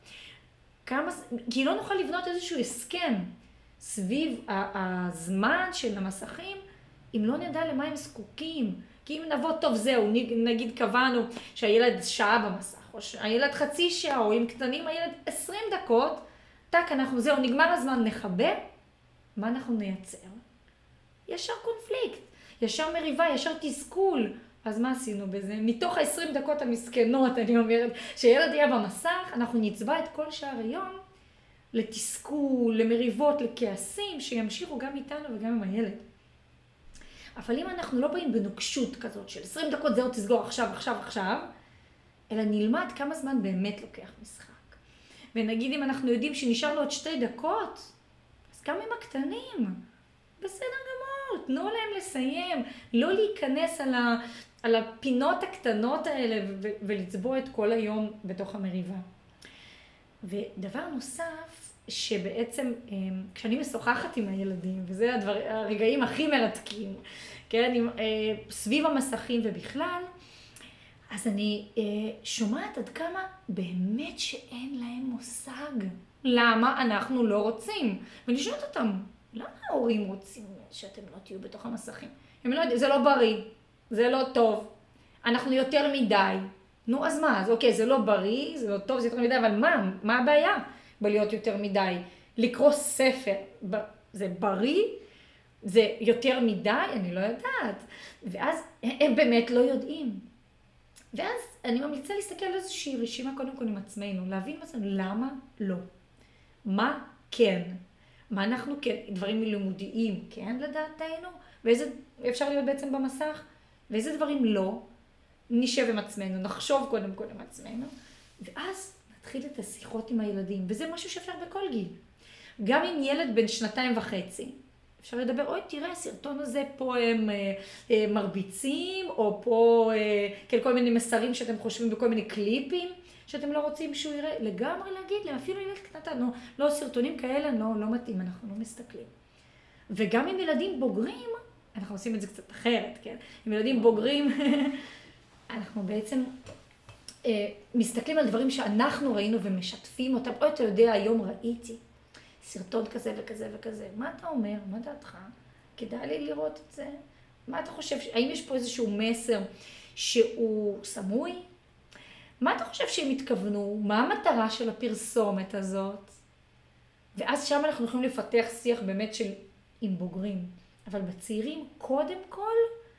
[SPEAKER 1] כי לא נוכל לבנות איזשהו הסכם. סביב הזמן של המסכים, אם לא נדע למה הם זקוקים. כי אם נבוא, טוב זהו, נגיד קבענו שהילד שעה במסך, או שהילד חצי שעה, או אם קטנים הילד 20 דקות, זהו, נגמר הזמן, נחבר, מה אנחנו נייצר? ישר קונפליקט, ישר מריבה, ישר תסכול. אז מה עשינו בזה? מתוך ה-20 דקות המסכנות, אני אומרת, שילד יהיה במסך, אנחנו נצבע את כל שער היום, לתסכול, למריבות, לכעסים, שימשיכו גם איתנו וגם עם הילד. אבל אם אנחנו לא באים בנוקשות כזאת של 20 דקות זהו תסגור עכשיו, אלא נלמד כמה זמן באמת לוקח משחק. ונגיד אם אנחנו יודעים שנשאר לו עוד 2 דקות, אז גם עם הקטנים, בסדר גמור, תנו להם לסיים, לא להיכנס על הפינות הקטנות האלה ולצבוע את כל היום בתוך המריבה. ודבר נוסף, שבעצם כשאני משוחחת עם הילדים, וזה הרגעים הכי מרתקים, כן, סביב המסכים ובכלל, אז אני שומעת עד כמה באמת שאין להם מושג למה אנחנו לא רוצים. ואני שואלת אותם, למה ההורים רוצים שאתם לא תהיו בתוך המסכים? הם לא יודעים, זה לא בריא, זה לא טוב, אנחנו יותר מדי. נו, אז מה? אז אוקיי, זה לא בריא, זה לא טוב, זה יותר מדי, אבל מה הבעיה בלהיות יותר מדי? לקרוא ספר, זה בריא? זה יותר מדי? אני לא יודעת. ואז הם באמת לא יודעים. ואז אני ממליצה להסתכל על איזושהי רשימה קודם כל עם עצמנו, להבין למה לא. מה כן? מה אנחנו כן? דברים לימודיים כן לדעתנו? ואיזה אפשר להיות בעצם במסך? ואיזה דברים לא? נשב עם עצמנו, נחשוב קודם כל עם עצמנו, ואז נתחיל את השיחות עם הילדים, וזה משהו שאפשר בכל גיל. גם עם ילד בן 2.5, אפשר לדבר, אוי תראה, הסרטון הזה פה הם מרביצים, או פה כל מיני מסרים שאתם חושבים בכל מיני קליפים, שאתם לא רוצים שהוא יראה, לגמרי להגיד להם, אפילו ילד קטן, לא סרטונים כאלה, לא מתאים, אנחנו לא מסתכלים. וגם עם ילדים בוגרים, אנחנו עושים את זה קצת אחרת, כן? עם ילדים בוגרים, אנחנו בעצם מסתכלים על דברים שאנחנו ראינו ומשתפים אותם. או אתה יודע, היום ראיתי סרטון כזה וכזה וכזה. מה אתה אומר? מה דעתך? כדאי לי לראות את זה? מה אתה חושב? האם יש פה איזשהו מסר שהוא סמוי? מה אתה חושב שהם התכוונו? מה המטרה של הפרסומת הזאת? ואז שם אנחנו יכולים לפתח שיח באמת עם בוגרים. אבל בצעירים, קודם כל,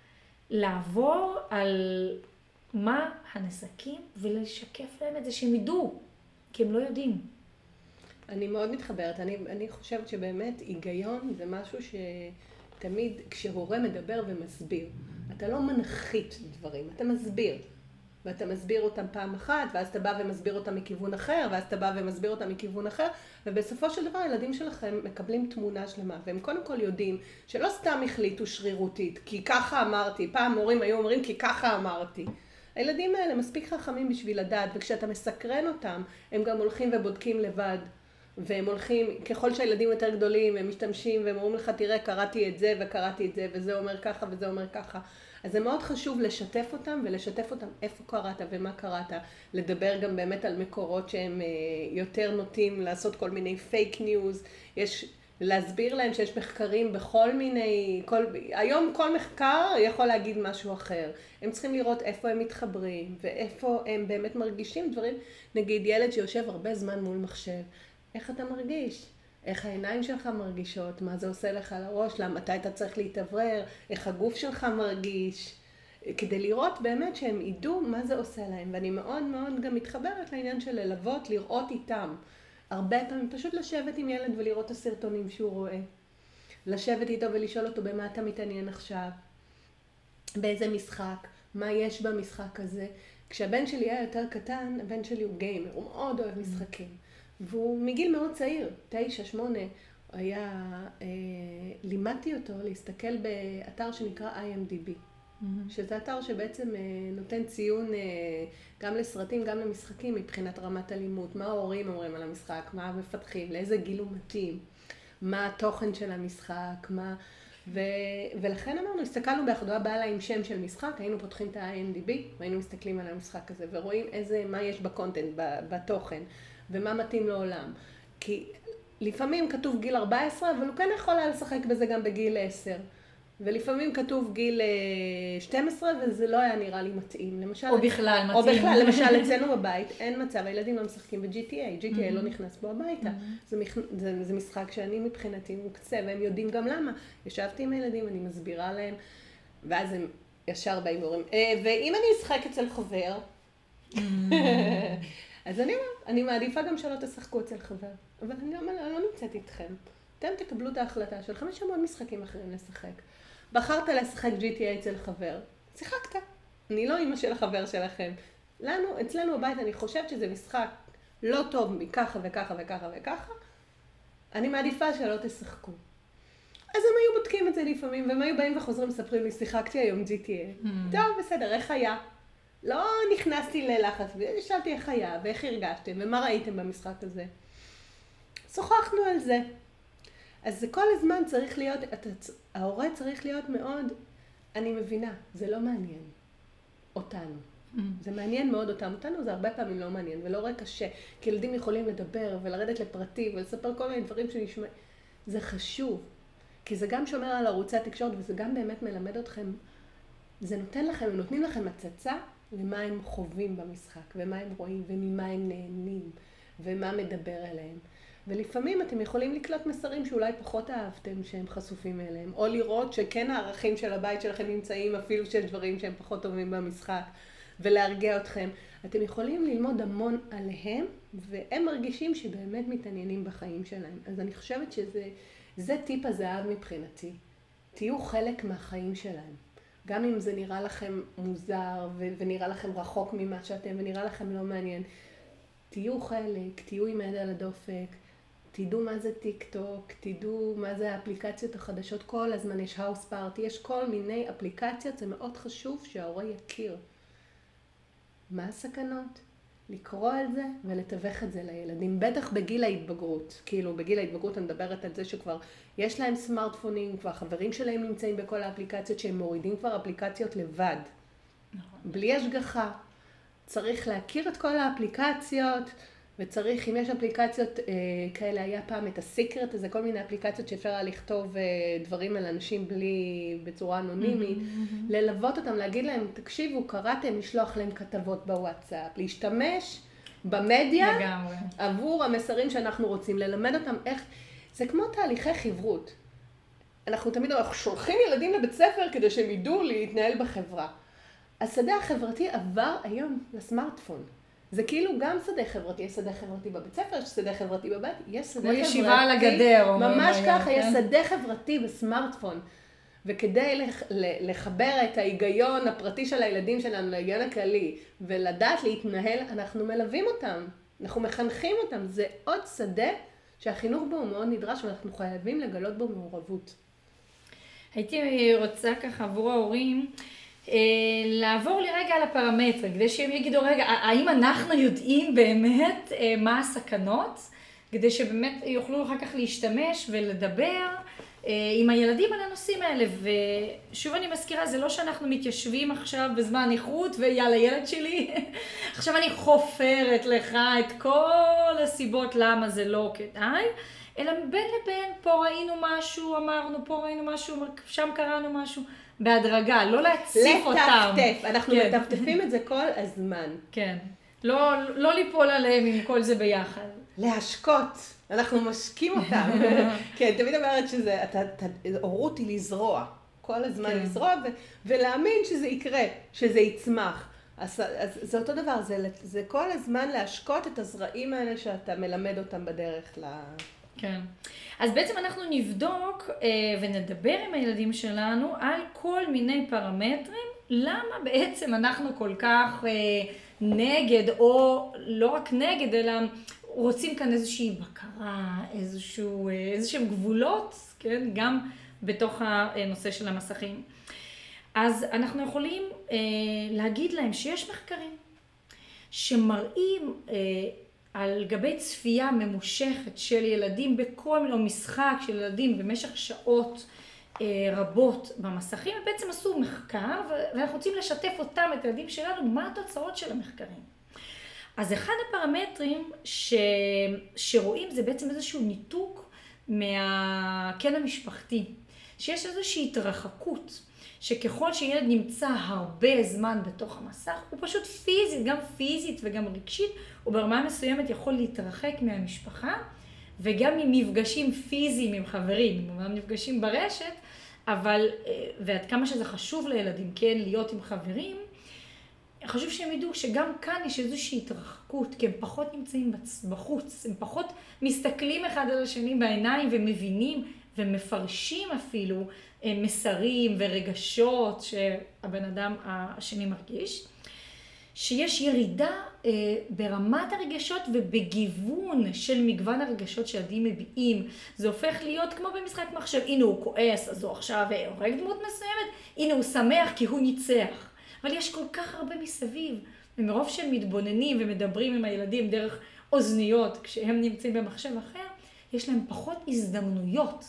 [SPEAKER 1] לעבור על מה הנזקים ולשקף להם את זה שהם ידעו, כי הם לא יודעים.
[SPEAKER 2] אני מאוד מתחברת. אני חושבת שבאמת היגיון זה משהו שתמיד כשהורה מדבר ומסביר, אתה לא מנחית דברים, אתה מסביר. ואתה מסביר אותם פעם אחת, ואז אתה בא ומסביר אותם מכיוון אחר, ואז אתה בא ומסביר אותם מכיוון אחר, ובסופו של דבר הילדים שלכם מקבלים תמונה שלמה, והם קודם כל יודעים שלא סתם החליטו שרירותית, כי ככה אמרתי, פעם מורים היו אומרים כי ככה אמרתי. הילדים האלה מספיק חכמים בשביל לדעת, וכשאתה מסקרן אותם, הם גם הולכים ובודקים לבד, והם הולכים, ככל שהילדים יותר גדולים, הם משתמשים והם אומרים לך, תראה, קראתי את זה וקראתי את זה, וזה אומר ככה וזה אומר ככה. אז זה מאוד חשוב לשתף אותם ולשתף אותם איפה קראת ומה קראת, לדבר גם באמת על מקורות שהם יותר נוטים לעשות כל מיני פייק ניוז, להסביר להם שיש מחקרים בכל מיני, היום כל מחקר יכול להגיד משהו אחר. הם צריכים לראות איפה הם מתחברים ואיפה הם באמת מרגישים דברים. נגיד ילד שיושב הרבה זמן מול מחשב, איך אתה מרגיש? איך העיניים שלך מרגישות? מה זה עושה לך לראש? מתי אתה צריך להתאוורר? איך הגוף שלך מרגיש? כדי לראות באמת שהם ידעו מה זה עושה להם. ואני מאוד מאוד גם מתחברת לעניין של ללוות, לראות איתם. הרבה פעמים פשוט לשבת עם ילד ולראות את הסרטונים שהוא רואה. לשבת איתו ולשאול אותו במה אתה מתעניין עכשיו. באיזה משחק. מה יש במשחק הזה. כשהבן שלי היה יותר קטן, הבן שלי הוא גיימר. הוא מאוד אוהב משחקים. והוא מגיל מאוד צעיר, 9, 8, לימדתי אותו להסתכל באתר שנקרא IMDb, שזה אתר שבעצם נותן ציון גם לסרטים, גם למשחקים מבחינת רמת הלימוד, מה ההורים אומרים על המשחק, מה המפתחים, לאיזה גיל הוא מתאים, מה התוכן של המשחק, ולכן אמרנו, הסתכלנו באחדוה בעלה עם שם של משחק, היינו פותחים את ה-IMDb, והיינו מסתכלים על המשחק הזה, ורואים מה יש בקונטנט, בתוכן. ומה מתאים לעולם. כי לפעמים כתוב גיל 14, אבל הוא כן יכול היה לשחק בזה גם בגיל 10. ולפעמים כתוב גיל 12, וזה לא היה נראה לי מתאים. למשל,
[SPEAKER 1] או בכלל מתאים.
[SPEAKER 2] או בכלל, למשל, אצלנו בבית אין מצב, הילדים לא משחקים ב-GTA. GTA לא נכנס בו הביתה. זה משחק שאני מבחינתי מוקצה, והם יודעים גם למה. ישבתי עם הילדים, אני מסבירה להם, ואז הם ישר באים ואומרים, ואם אני אשחק אצל חבר, אז אני מעדיפה גם שלא תשחקו אצל חבר, אבל אני לא נמצאת איתכם. אתם תקבלו את ההחלטה שלכם, יש המון משחקים אחרים לשחק. בחרת לשחק GTA אצל חבר, שיחקת. אני לא אמא של החבר שלכם. אצלנו בבית אני חושבת שזה משחק לא טוב מככה וככה וככה וככה, אני מעדיפה שלא תשחקו. אז הם היו בודקים את זה לפעמים, והם היו באים וחוזרים מספרים לי, שיחקתי היום GTA. טוב, בסדר, איך היה? לא נכנסתי ללחץ, ושאלתי איך היה, ואיך הרגשתם, ומה ראיתם במשחק הזה. שוחחנו על זה. אז זה כל הזמן צריך להיות, ההורה צריך להיות מאוד, אני מבינה, זה לא מעניין אותנו. זה מעניין מאוד אותנו זה הרבה פעמים לא מעניין, ולא רק קשה, כי ילדים יכולים לדבר ולרדת לפרטי ולספר כל מיני דברים שנשמע. זה חשוב, כי זה גם שומר על ערוצי התקשורת, וזה גם באמת מלמד אתכם, זה נותן לכם, הם נותנים לכם הצצה למה הם חווים במשחק, ומה הם רואים, וממה הם נהנים, ומה מדבר אליהם. ולפעמים אתם יכולים לקלוט מסרים שאולי פחות אהבתם שהם חשופים אליהם, או לראות שכן הערכים של הבית שלכם נמצאים אפילו של דברים שהם פחות טובים במשחק, ולהרגיע אתכם. אתם יכולים ללמוד המון עליהם, והם מרגישים שבאמת מתעניינים בחיים שלהם. אז אני חושבת שזה טיפ הזהב מבחינתי. תהיו חלק מהחיים שלהם. גם אם זה נראה לכם מוזר, ונראה לכם רחוק ממה שאתם, ונראה לכם לא מעניין. תהיו חלק, תהיו עם יד על הדופק, תדעו מה זה טיק טוק, תדעו מה זה האפליקציות החדשות. כל הזמן יש האוס פארטי, יש כל מיני אפליקציות, זה מאוד חשוב שההורה יכיר. מה הסכנות? לקרוא על זה ולתווך את זה לילדים, בטח בגיל ההתבגרות. כאילו בגיל ההתבגרות אני מדברת על זה שכבר יש להם סמארטפונים, כבר חברים שלהם נמצאים בכל האפליקציות, שהם מורידים כבר אפליקציות לבד. נכון. בלי השגחה. צריך להכיר את כל האפליקציות, וצריך, אם יש אפליקציות כאלה, היה פעם את הסיקרט, זה כל מיני אפליקציות שאפשר היה לכתוב דברים על אנשים בצורה אנונימית, ללוות אותם, להגיד להם, תקשיבו, קראתם, לשלוח להם כתבות בוואטסאפ, להשתמש במדיה
[SPEAKER 1] לגמרי.
[SPEAKER 2] עבור המסרים שאנחנו רוצים, ללמד אותם איך, זה כמו תהליכי חברות. אנחנו תמיד שולחים ילדים לבית ספר כדי שהם ידעו להתנהל בחברה. השדה החברתי עבר היום לסמארטפון. זה כאילו גם שדה חברתי, יש שדה חברתי בבית ספר, יש שדה חברתי בבית, יש שדה חברתי.
[SPEAKER 1] כמו ישיבה על הגדר.
[SPEAKER 2] ממש ככה, יש שדה חברתי בסמארטפון. וכדי לחבר את ההיגיון הפרטי של הילדים שלנו להיגיון הכללי, ולדעת להתנהל, אנחנו מלווים אותם, אנחנו מחנכים אותם. זה עוד שדה שהחינוך בו הוא מאוד נדרש, ואנחנו חייבים לגלות בו מעורבות.
[SPEAKER 1] הייתי רוצה ככה עבור ההורים, לעבור לי רגע על הפרמטרים, כדי שהם יגידו רגע, האם אנחנו יודעים באמת מה הסכנות, כדי שבאמת יוכלו אחר כך להשתמש ולדבר עם הילדים על הנושאים האלה. ושוב אני מזכירה, זה לא שאנחנו מתיישבים עכשיו בזמן איכות ויאללה ילד שלי, עכשיו אני חופרת לך את כל הסיבות למה זה לא כדאי, אלא בין לבין, פה ראינו משהו, אמרנו, פה ראינו משהו, שם קראנו משהו. בהדרגה, לא להציף אותם.
[SPEAKER 2] לטפטף, אנחנו מטפטפים את זה כל הזמן.
[SPEAKER 1] כן, לא ליפול עליהם עם כל זה ביחד.
[SPEAKER 2] להשקות, אנחנו משקים אותם. כן, תמיד אומרת שזה, הורות היא לזרוע, כל הזמן לזרוע, ולהאמין שזה יקרה, שזה יצמח. אז זה אותו דבר, זה כל הזמן להשקות את הזרעים האלה שאתה מלמד אותם בדרך
[SPEAKER 1] כן. אז בעצם אנחנו נבדוק ונדבר עם הילדים שלנו על כל מיני פרמטרים, למה בעצם אנחנו כל כך נגד, או לא רק נגד, אלא רוצים כאן איזושהי בקרה, איזשהם גבולות, כן? גם בתוך הנושא של המסכים. אז אנחנו יכולים להגיד להם שיש מחקרים שמראים על גבי צפייה ממושכת של ילדים בכל מיני, או משחק של ילדים במשך שעות רבות במסכים, ובעצם עשו מחקר, ואנחנו רוצים לשתף אותם, את הילדים שלנו, מה התוצאות של המחקרים. אז אחד הפרמטרים שרואים זה בעצם איזשהו ניתוק מהקן המשפחתי, שיש איזושהי התרחקות, שככל שילד נמצא הרבה זמן בתוך המסך, הוא פשוט פיזית, גם פיזית וגם רגשית, הוא ברמה מסוימת יכול להתרחק מהמשפחה, וגם ממפגשים פיזיים עם חברים, הם נפגשים ברשת, אבל, ועד כמה שזה חשוב לילדים, כן, להיות עם חברים, חשוב שהם ידעו שגם כאן יש איזושהי התרחקות, כי הם פחות נמצאים בחוץ, הם פחות מסתכלים אחד על השני בעיניים ומבינים ומפרשים אפילו מסרים ורגשות שהבן אדם השני מרגיש, שיש ירידה ברמת הרגשות ובגיוון של מגוון הרגשות שילדים מביעים. זה הופך להיות כמו במשחק מחשב, הנה הוא כועס, אז הוא עכשיו הורג דמות מסוימת, הנה הוא שמח כי הוא ניצח. אבל יש כל כך הרבה מסביב, ומרוב שהם מתבוננים ומדברים עם הילדים דרך אוזניות כשהם נמצאים במחשב אחר, יש להם פחות הזדמנויות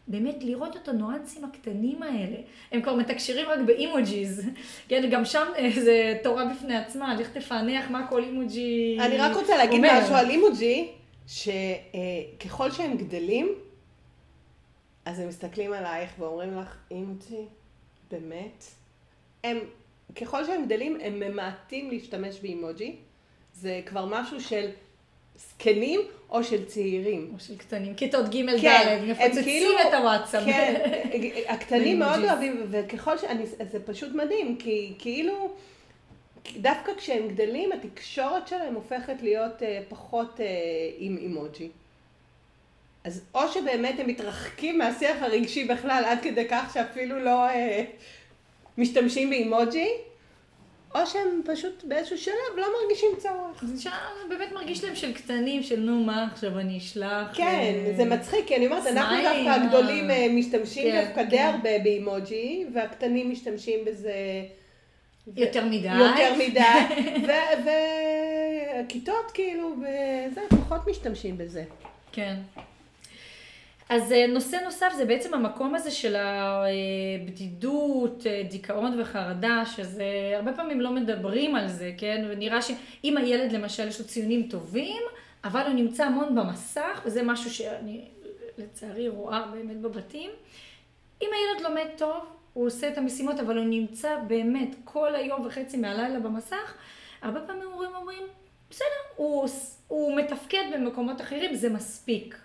[SPEAKER 1] באמת לראות את הנואנסים הקטנים האלה. הם כבר מתקשרים רק באימוג'יז. כן, גם שם זה תורה בפני עצמה, לך תפענח מה כל אימוג'י אומר.
[SPEAKER 2] אני רק רוצה להגיד משהו על אימוג'י, שככל שהם גדלים, אז הם מסתכלים עלייך ואומרים לך, אימוג'י, באמת? ככל שהם גדלים, הם ממעטים להשתמש באימוג'י. זה כבר משהו של זקנים או של צעירים.
[SPEAKER 1] או של קטנים, כיתות ג' ד', מפוצצים את הוואטסאפ.
[SPEAKER 2] כן, הקטנים מאוד אוהבים, וככל זה פשוט מדהים, כי כאילו, דווקא כשהם גדלים, התקשורת שלהם הופכת להיות פחות עם אימוג'י. אז או שבאמת הם מתרחקים מהשיח הרגשי בכלל, עד כדי כך שאפילו לא משתמשים באימוג'י, או שהם פשוט באיזשהו שלב לא מרגישים צורך.
[SPEAKER 1] זה באמת מרגיש להם של קטנים, של נו מה, עכשיו אני אשלח.
[SPEAKER 2] כן, זה מצחיק, כי אני אומרת, אנחנו דווקא הגדולים משתמשים דווקא די הרבה באימוג'י, והקטנים משתמשים בזה
[SPEAKER 1] יותר מדי.
[SPEAKER 2] יותר מדי, והכיתות כאילו, זה פחות משתמשים בזה.
[SPEAKER 1] כן. אז נושא נוסף זה בעצם המקום הזה של הבדידות, דיכאון וחרדה, שזה הרבה פעמים לא מדברים על זה, כן? ונראה שאם הילד למשל יש לו ציונים טובים, אבל הוא נמצא המון במסך, וזה משהו שאני לצערי רואה באמת בבתים, אם הילד לומד טוב, הוא עושה את המשימות, אבל הוא נמצא באמת כל היום וחצי מהלילה במסך, הרבה פעמים הורים אומרים, בסדר, הוא מתפקד במקומות אחרים, זה מספיק.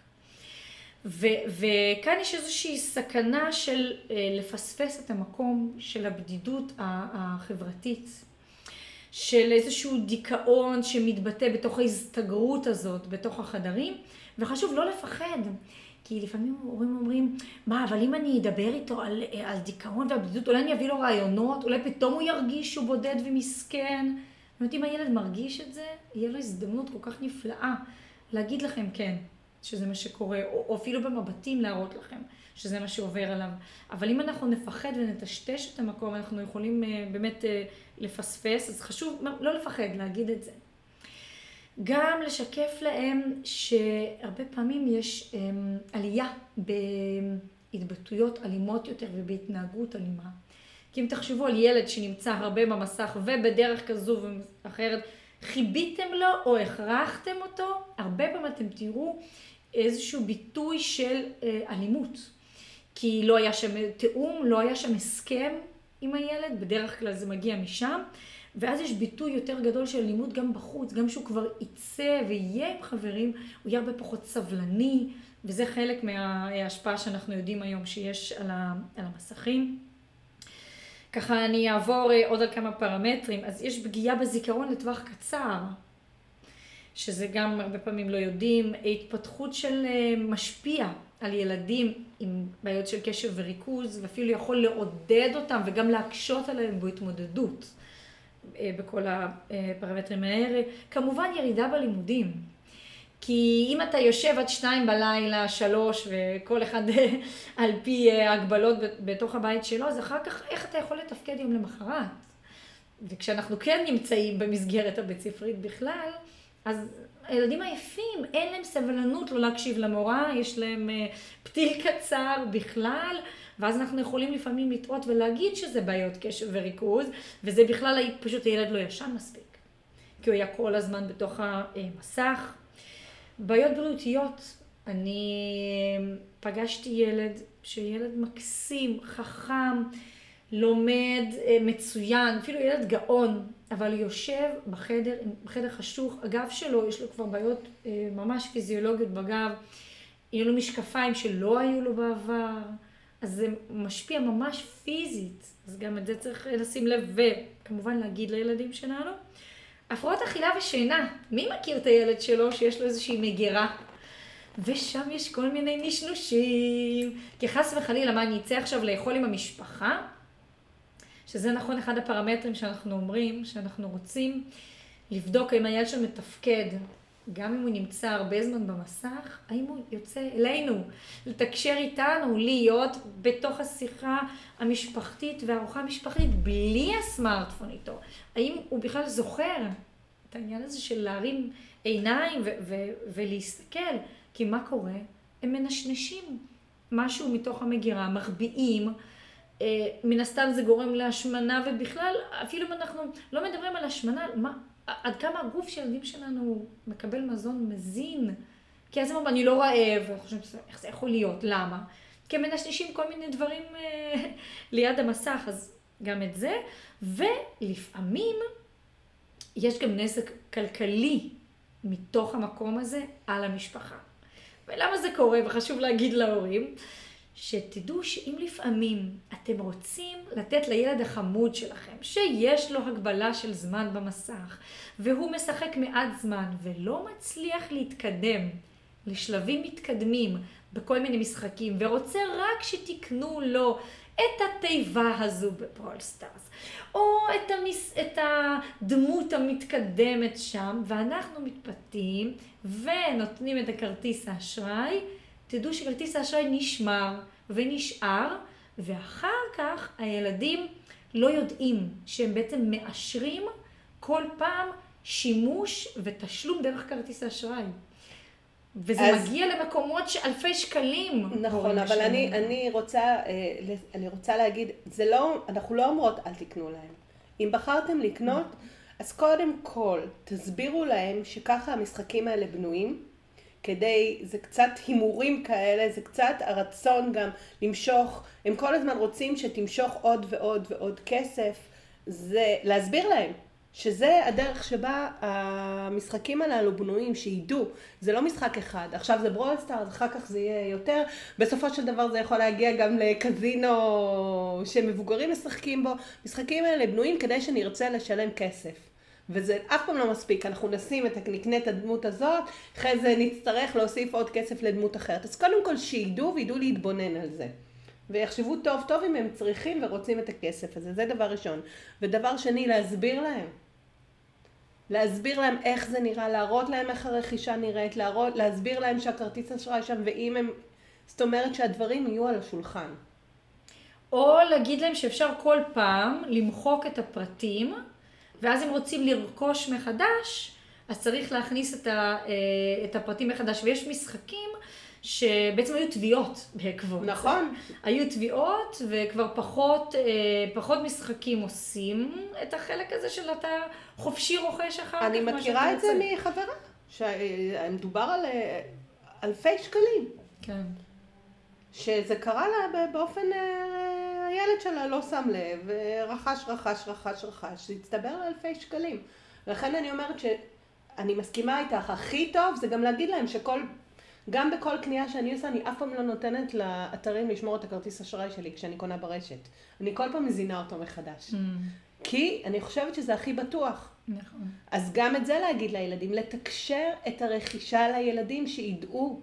[SPEAKER 1] וכאן יש איזושהי סכנה של לפספס את המקום של הבדידות החברתית, של איזשהו דיכאון שמתבטא בתוך ההסתגרות הזאת, בתוך החדרים, וחשוב לא לפחד, כי לפעמים הורים אומרים, מה, אבל אם אני אדבר איתו על דיכאון והבדידות, אולי אני אביא לו רעיונות, אולי פתאום הוא ירגיש שהוא בודד ומסכן. זאת אומרת, אם הילד מרגיש את זה, יהיה לו הזדמנות כל כך נפלאה להגיד לכם כן. שזה מה שקורה, או אפילו במבטים להראות לכם שזה מה שעובר עליו. אבל אם אנחנו נפחד ונטשטש את המקום, אנחנו יכולים באמת לפספס, אז חשוב לא לפחד להגיד את זה. גם לשקף להם שהרבה פעמים יש עלייה בהתבטאויות אלימות יותר ובהתנהגות אלימה. כי אם תחשבו על ילד שנמצא הרבה במסך ובדרך כזו ואחרת, חיביתם לו או הכרחתם אותו, הרבה פעמים אתם תראו איזשהו ביטוי של אלימות. כי לא היה שם תאום, לא היה שם הסכם עם הילד, בדרך כלל זה מגיע משם, ואז יש ביטוי יותר גדול של אלימות גם בחוץ, גם שהוא כבר יצא ויהיה עם חברים, הוא יהיה הרבה פחות סבלני, וזה חלק מההשפעה שאנחנו יודעים היום שיש על המסכים. ככה אני אעבור עוד על כמה פרמטרים. אז יש פגיעה בזיכרון לטווח קצר, שזה גם הרבה פעמים לא יודעים. התפתחות של משפיע על ילדים עם בעיות של קשב וריכוז, ואפילו יכול לעודד אותם וגם להקשות עליהם בהתמודדות בכל הפרמטרים האלה. כמובן ירידה בלימודים. כי אם אתה יושב עד 2 בלילה, 3, וכל אחד על פי הגבלות בתוך הבית שלו, אז אחר כך איך אתה יכול לתפקד יום למחרת? וכשאנחנו כן נמצאים במסגרת הבית ספרית בכלל, אז הילדים עייפים, אין להם סבלנות לא להקשיב למורה, יש להם פתיל קצר בכלל, ואז אנחנו יכולים לפעמים לטעות ולהגיד שזה בעיות קשב וריכוז, וזה בכלל פשוט הילד לא ישן מספיק, כי הוא היה כל הזמן בתוך המסך. בעיות בריאותיות, אני פגשתי ילד מקסים, חכם, לומד מצוין, אפילו ילד גאון, אבל יושב בחדר חשוך, הגב שלו, יש לו כבר בעיות ממש פיזיולוגיות בגב, יהיו לו משקפיים שלא היו לו בעבר, אז זה משפיע ממש פיזית, אז גם את זה צריך לשים לב, וכמובן להגיד לילדים שלנו. הפרעות אכילה ושינה, מי מכיר את הילד שלו שיש לו איזושהי מגירה? ושם יש כל מיני נשנושים, כי חס וחלילה מה אני אצא עכשיו לאכול עם המשפחה, שזה נכון אחד הפרמטרים שאנחנו אומרים, שאנחנו רוצים לבדוק האם הילד שלנו מתפקד, גם אם הוא נמצא הרבה זמן במסך, האם הוא יוצא אלינו, לתקשר איתנו, להיות בתוך השיחה המשפחתית והארוחה המשפחתית בלי הסמארטפון איתו. האם הוא בכלל זוכר את העניין הזה של להרים עיניים ולהסתכל, כי מה קורה? הם מנשנשים. משהו מתוך המגירה, מחביאים, מן הסתם זה גורם להשמנה, ובכלל, אפילו אם אנחנו לא מדברים על השמנה, עד כמה הגוף של ילדים שלנו מקבל מזון מזין, כי אז הם אומרים, אני לא רעב, וחושבים, איך זה יכול להיות, למה? כי הם מנשנשים כל מיני דברים ליד המסך, אז גם את זה, ולפעמים יש גם נזק כלכלי מתוך המקום הזה על המשפחה. ולמה זה קורה? וחשוב להגיד להורים, שתדעו שאם לפעמים אתם רוצים לתת לילד החמוד שלכם, שיש לו הגבלה של זמן במסך, והוא משחק מעט זמן ולא מצליח להתקדם לשלבים מתקדמים בכל מיני משחקים, ורוצה רק שתקנו לו את התיבה הזו בפרול סטארס, או את הדמות המתקדמת שם, ואנחנו מתפתים ונותנים את הכרטיס האשראי, תדעו שכרטיס האשראי נשמר ונשאר, ואחר כך הילדים לא יודעים שהם בעצם מאשרים כל פעם שימוש ותשלום דרך כרטיס האשראי. וזה מגיע למקומות שאלפי שקלים.
[SPEAKER 2] נכון, אבל אני רוצה להגיד, אנחנו לא אומרות אל תקנו להם. אם בחרתם לקנות, אז קודם כל תסבירו להם שככה המשחקים האלה בנויים, זה קצת הימורים כאלה, זה קצת הרצון גם למשוך, הם כל הזמן רוצים שתמשוך עוד ועוד ועוד כסף, זה להסביר להם. שזה הדרך שבה המשחקים הללו בנויים, שידעו, זה לא משחק אחד, עכשיו זה ברול סטארס, אחר כך זה יהיה יותר, בסופו של דבר זה יכול להגיע גם לקזינו שמבוגרים משחקים בו, משחקים האלה בנויים כדי שנרצה לשלם כסף, וזה אף פעם לא מספיק, אנחנו נקנה את הדמות הזאת, אחרי זה נצטרך להוסיף עוד כסף לדמות אחרת, אז קודם כל שידעו וידעו להתבונן על זה. ויחשבו טוב טוב אם הם צריכים ורוצים את הכסף הזה, זה דבר ראשון. ודבר שני, להסביר להם איך זה נראה, להראות להם איך הרכישה נראית, להסביר להם שהכרטיס אשראי שם, ואם הם, זאת אומרת שהדברים יהיו על השולחן.
[SPEAKER 1] או להגיד להם שאפשר כל פעם למחוק את הפרטים, ואז הם רוצים לרכוש מחדש, אז צריך להכניס את הפרטים מחדש, ויש משחקים, שבעצם היו תביעות בעקבות.
[SPEAKER 2] נכון.
[SPEAKER 1] היו תביעות וכבר פחות משחקים עושים את החלק הזה של אתה חופשי רוכש אחר כך.
[SPEAKER 2] אני מכירה את זה מחברה, שמדובר על אלפי שקלים.
[SPEAKER 1] כן.
[SPEAKER 2] שזה קרה לה באופן, הילד שלה לא שם לב, רכש, זה הצטבר לאלפי שקלים. ולכן אני אומרת שאני מסכימה איתך, הכי טוב זה גם להגיד להם גם בכל קנייה שאני עושה, אני אף פעם לא נותנת לאתרים לשמור את הכרטיס אשראי שלי כשאני קונה ברשת. אני כל פעם מזינה אותו מחדש. כי אני חושבת שזה הכי בטוח.
[SPEAKER 1] נכון.
[SPEAKER 2] אז גם את זה להגיד לילדים, לתקשר את הרכישה לילדים שידעו,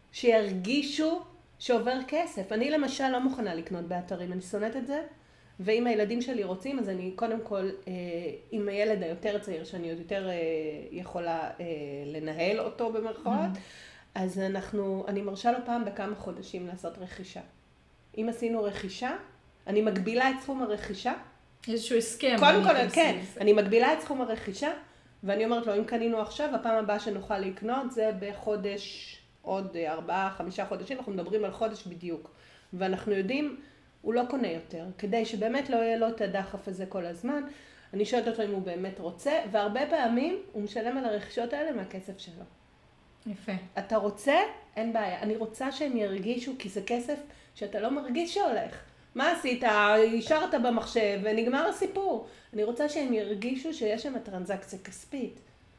[SPEAKER 2] שירגישו שעובר כסף. אני למשל לא מוכנה לקנות באתרים, אני שונאת את זה. ואם הילדים שלי רוצים, אז אני קודם כל, עם הילד היותר צעיר, שאני עוד יותר יכולה לנהל אותו במרכאות, אז אני מרשה לו פעם בכמה חודשים לעשות רכישה. אם עשינו רכישה, אני מגבילה את סכום הרכישה.
[SPEAKER 1] איזשהו הסכם.
[SPEAKER 2] קודם כל, כן, אני מגבילה את סכום הרכישה, ואני אומרת לו, אם קנינו עכשיו, הפעם הבאה שנוכל לקנות, זה בחודש, עוד 4-5 חודשים, אנחנו מדברים על חודש בדיוק. ואנחנו יודעים, הוא לא קונה יותר, כדי שבאמת לא יהיה לו את הדחף הזה כל הזמן. אני שואלת אותו אם הוא באמת רוצה, והרבה פעמים הוא משלם על הרכישות האלה מהכסף שלו.
[SPEAKER 1] יפה.
[SPEAKER 2] אתה רוצה? אין בעיה. אני רוצה שהם ירגישו, כי זה כסף שאתה לא מרגיש שהולך. מה עשית? השארת במחשב ונגמר הסיפור. אני רוצה שהם ירגישו שיש שם טרנזקציה כספית.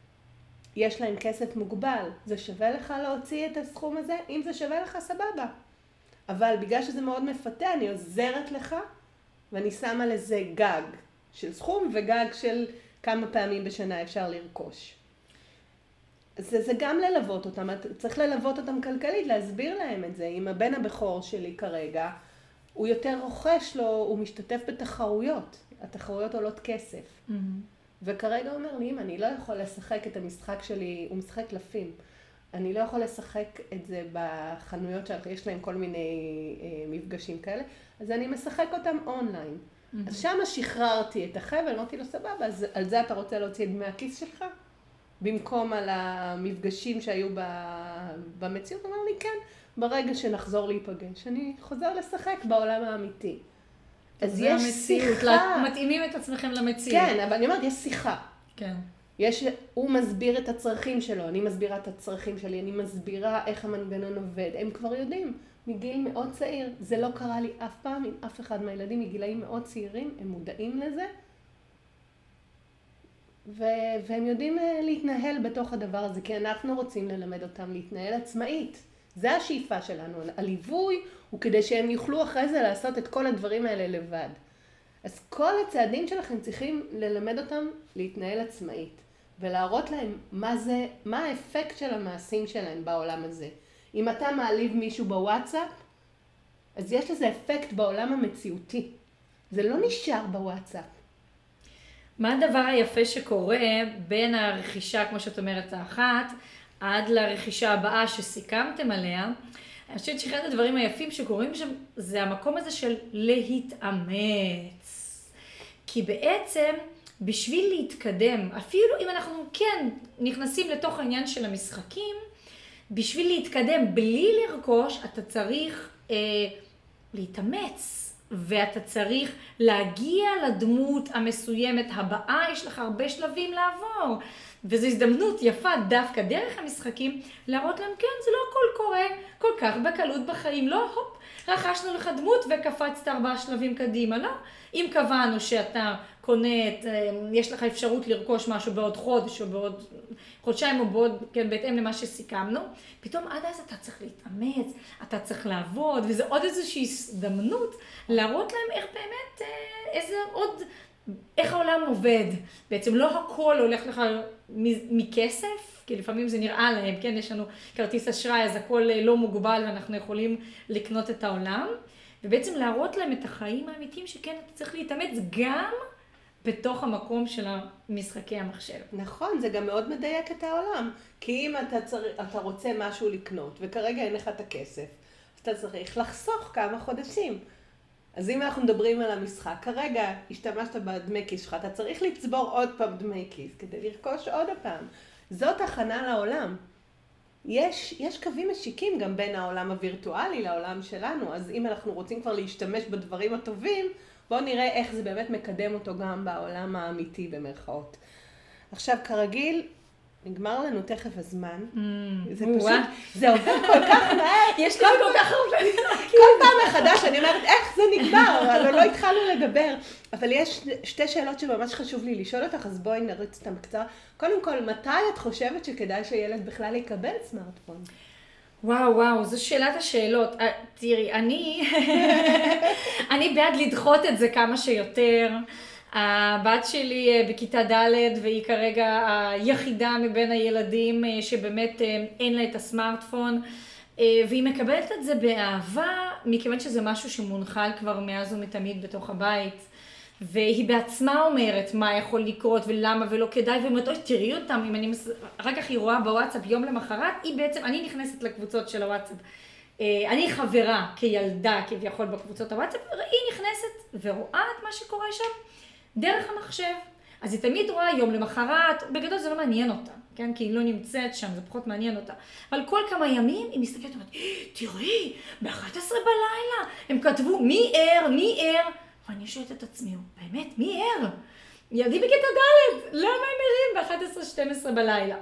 [SPEAKER 2] יש להם כסף מוגבל. זה שווה לך להוציא את הסכום הזה? אם זה שווה לך, סבבה. אבל בגלל שזה מאוד מפתה, אני עוזרת לך, ואני שמה לזה גג של סכום וגג של כמה פעמים בשנה אפשר לרכוש. זה גם ללוות אותם, צריך ללוות אותם כלכלית, להסביר להם את זה. אם הבן הבכור שלי כרגע, הוא יותר רוכש לו, הוא משתתף בתחרויות. התחרויות עולות כסף. וכרגע הוא אומר לי, אם אני לא יכול לשחק את המשחק שלי, הוא משחק קלפים. אני לא יכול לשחק את זה בחנויות שיש להם כל מיני מפגשים כאלה, אז אני משחק אותם אונליין. אז שם שחררתי את החבל, אמרתי לו, סבבה, אז על זה אתה רוצה להוציא את דמי הכיס שלך? במקום על המפגשים שהיו במציאות, אמר לי, כן. ברגע שנחזור להיפגש, אני חוזר לשחק בעולם האמיתי.
[SPEAKER 1] אז יש שיחה. מתאימים את עצמכם למציאות.
[SPEAKER 2] כן, אבל אני אומרת, יש שיחה.
[SPEAKER 1] כן.
[SPEAKER 2] הוא מסביר את הצרכים שלו, אני מסבירה את הצרכים שלי, אני מסבירה איך המנגנון עובד. הם כבר יודעים, מגיל מאוד צעיר. זה לא קרה לי אף פעם עם אף אחד מהילדים מגילאים מאוד צעירים, הם מודעים לזה. והם יודעים להתנהל בתוך הדבר הזה, כי אנחנו רוצים ללמד אותם להתנהל עצמאית. זה השאיפה שלנו. הליווי הוא כדי שהם יוכלו אחרי זה לעשות את כל הדברים האלה לבד. אז כל הצעדים שלכם צריכים ללמד אותם להתנהל עצמאית, ולהראות להם מה האפקט של המעשים שלהם בעולם הזה. אם אתה מעליב מישהו בוואטסאפ, אז יש לזה אפקט בעולם המציאותי. זה לא נשאר בוואטסאפp.
[SPEAKER 1] מה הדבר היפה שקורה בין הרכישה, כמו שאת אומרת, האחת, עד לרכישה הבאה שסיכמתם עליה? אני חושבת שאחד הדברים היפים שקורים שם, זה המקום הזה של להתאמץ. כי בעצם, בשביל להתקדם, אפילו אם אנחנו כן נכנסים לתוך העניין של המשחקים, בשביל להתקדם בלי לרכוש, אתה צריך להתאמץ. ואתה צריך להגיע לדמות המסוימת הבאה, יש לך הרבה שלבים לעבור. וזו הזדמנות יפה דווקא דרך המשחקים, להראות להם, כן, זה לא הכל קורה כל כך בקלות בחיים, לא, הופ, רכשנו לך דמות וקפצת 4 שלבים קדימה, לא. אם קבענו שאתה קונה, יש לך אפשרות לרכוש משהו בעוד חודש או בעוד חודשיים או בעוד, כן, בהתאם למה שסיכמנו, פתאום עד אז אתה צריך להתאמץ, אתה צריך לעבוד, וזה עוד איזושהי הזדמנות להראות להם איך באמת, איך העולם עובד. בעצם לא הכל הולך לך מכסף, כי לפעמים זה נראה להם, כן, יש לנו כרטיס אשראי, אז הכל לא מוגבל ואנחנו יכולים לקנות את העולם. ובעצם להראות להם את החיים האמיתיים שכן, אתה צריך להתאמץ גם בתוך המקום של משחקי המחשב.
[SPEAKER 2] נכון, זה גם מאוד מדייק את העולם. כי אם אתה רוצה משהו לקנות, וכרגע אין לך את הכסף, אז אתה צריך לחסוך כמה חודשים. אז אם אנחנו מדברים על המשחק, כרגע השתמשת בדמי כיס שלך, אתה צריך לצבור עוד פעם דמי כיס כדי לרכוש עוד פעם. זאת הכנה לעולם. יש קווים משיקים גם בין העולם הווירטואלי לעולם שלנו, אז אם אנחנו רוצים כבר להשתמש בדברים הטובים, בואו נראה איך זה באמת מקדם אותו גם בעולם האמיתי במרכאות. עכשיו, כרגיל, נגמר לנו תכף הזמן. זה פשוט, זה עובר כל כך מהר.
[SPEAKER 1] יש לי כל כך הרבה.
[SPEAKER 2] כל פעם מחדש אני אומרת, איך זה נגמר? אבל לא התחלנו לדבר. אבל יש 2 שאלות שממש חשוב לי לשאול אותך, אז בואי נריץ אותם קצר. קודם כל, מתי את חושבת שכדאי שילד בכלל יקבל סמארטפון?
[SPEAKER 1] וואו, זו שאלת השאלות. תראי, אני בעד לדחות את זה כמה שיותר. הבת שלי בכיתה ד' והיא כרגע היחידה מבין הילדים שבאמת אין לה את הסמארטפון, והיא מקבלת את זה באהבה, מכיוון שזה משהו שמונחל כבר מאז ומתמיד בתוך הבית. והיא בעצמה אומרת מה יכול לקרות ולמה ולא כדאי, ואומרת, אוי, תראי אותם, אחר כך היא רואה בוואטסאפ יום למחרת, אני נכנסת לקבוצות של הוואטסאפ. אני חברה כילדה כביכול בקבוצות הוואטסאפ, היא נכנסת ורואה את מה שקורה שם דרך המחשב. אז היא תמיד רואה יום למחרת, בגדול זה לא מעניין אותה, כן? כי היא לא נמצאת שם, זה פחות מעניין אותה. אבל כל כמה ימים היא מסתכלת ואומרת, תראי, ב-11 בלילה הם כתבו מי ער, ואני שואלת את עצמי, באמת, מי ער? ילדים בכיתה ד', למה הם ערים ב-11-12 בלילה?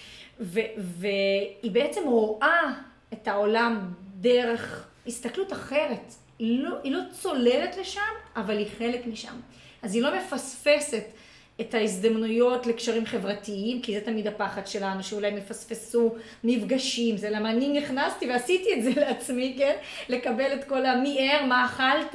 [SPEAKER 1] והיא בעצם רואה את העולם דרך הסתכלות אחרת. היא לא צוללת לשם, אבל היא חלק משם. אז היא לא מפספסת את ההזדמנויות לקשרים חברתיים, כי זה תמיד הפחד שלנו, שאולי מפספסו מפגשים. זה למה אני נכנסתי ועשיתי את זה לעצמי, כן? לקבל את כל מי ער, מה אכלת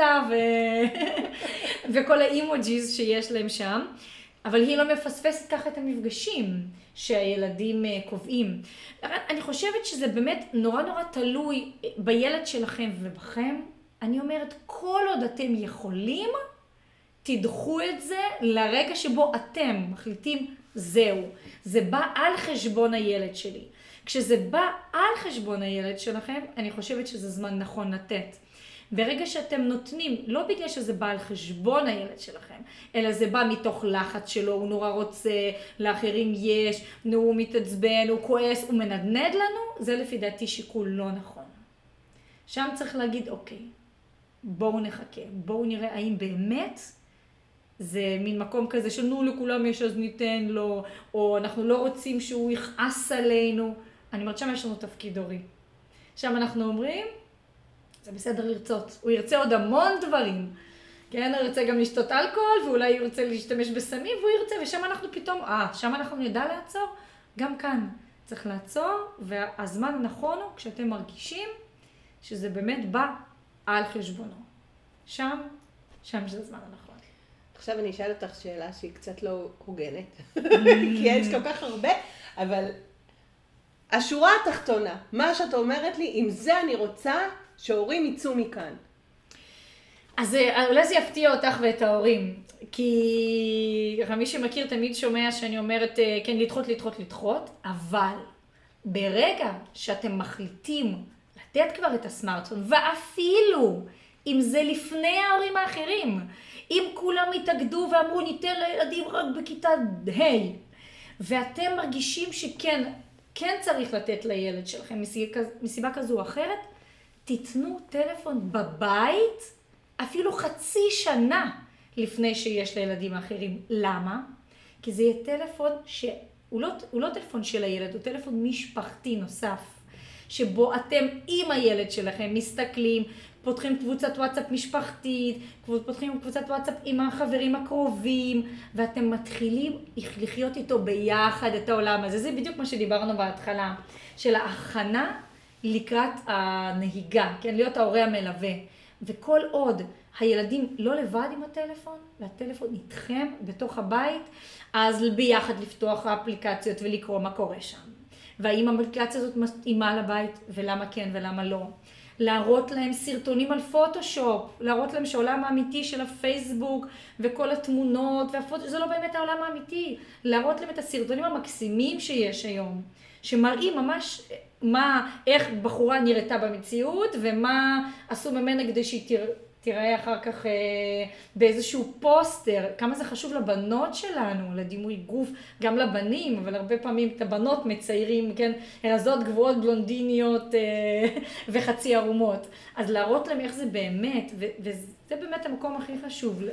[SPEAKER 1] וכל האימוג'יז שיש להם שם. אבל היא לא מפספסת ככה את המפגשים שהילדים קובעים. אני חושבת שזה באמת נורא תלוי בילד שלכם ובכם. אני אומרת, כל עוד אתם יכולים, תדחו את זה לרגע שבו אתם מחליטים, זהו. זה בא על חשבון הילד שלי. כשזה בא על חשבון הילד שלכם, אני חושבת שזה זמן נכון לתת. ברגע שאתם נותנים, לא בגלל שזה בא על חשבון הילד שלכם, אלא זה בא מתוך לחץ שלו, הוא נורא רוצה, לאחרים יש, הוא מתעצבן, הוא כועס, הוא מנדנד לנו, זה לפי דעתי שיקול לא נכון. שם צריך להגיד, אוקיי, בואו נחכה, בואו נראה האם באמת זה מין מקום כזה שנו לכולם יש אז ניתן לו, או אנחנו לא רוצים שהוא יכעס עלינו. אני אומרת, שם יש לנו תפקיד הורי. שם אנחנו אומרים, זה בסדר לרצות. הוא ירצה עוד המון דברים. כן, הוא ירצה גם לשתות אלכוהול, ואולי הוא ירצה להשתמש בסמים, והוא ירצה, ושם אנחנו פתאום, שם אנחנו נדע לעצור. גם כאן צריך לעצור, והזמן הנכון הוא כשאתם מרגישים שזה באמת בא על חשבונו. שם זה הזמן הנכון.
[SPEAKER 2] עכשיו אני אשאל אותך שאלה שהיא קצת לא הוגנת, כי יש כל כך הרבה, אבל השורה התחתונה, מה שאת אומרת לי, עם זה אני רוצה שההורים יצאו מכאן.
[SPEAKER 1] אז אולי זה יפתיע אותך ואת ההורים, כי מי שמכיר תמיד שומע שאני אומרת, כן, לדחות, אבל ברגע שאתם מחליטים לתת כבר את הסמארטפון, ואפילו אם זה לפני ההורים האחרים, אם כולם התאגדו ואמרו ניתן לילדים רק בכיתה ה' ואתם מרגישים שכן צריך לתת לילד שלכם מסיבה כזו או אחרת, תיתנו טלפון בבית אפילו חצי שנה לפני שיש לילדים האחרים. למה? כי זה יהיה טלפון שהוא לא טלפון של הילד, הוא טלפון משפחתי נוסף, שבו אתם עם הילד שלכם מסתכלים, פותחים קבוצת וואטסאפ משפחתית, פותחים קבוצת וואטסאפ עם החברים הקרובים, ואתם מתחילים לחיות איתו ביחד את העולם הזה. זה בדיוק מה שדיברנו בהתחלה, של ההכנה לקראת הנהיגה, כן? להיות ההורה המלווה. וכל עוד הילדים לא לבד עם הטלפון, והטלפון איתכם בתוך הבית, אז ביחד לפתוח האפליקציות ולקרוא מה קורה שם. והאם האפליקציה הזאת מתאימה לבית, ולמה כן ולמה לא. להראות להם סרטונים על פוטושופ, להראות להם שהעולם האמיתי של הפייסבוק וכל התמונות והפוטושופ, זה לא באמת העולם האמיתי. להראות להם את הסרטונים המקסימים שיש היום, שמראים ממש איך בחורה נראתה במציאות ומה עשו ממנה כדי שהיא תראה אחר כך באיזשהו פוסטר. כמה זה חשוב לבנות שלנו, לדימוי גוף, גם לבנים, אבל הרבה פעמים את הבנות מציירים, כן, רזות גבוהות, בלונדיניות וחצי ערומות. אז להראות להם איך זה באמת, וזה באמת המקום הכי חשוב,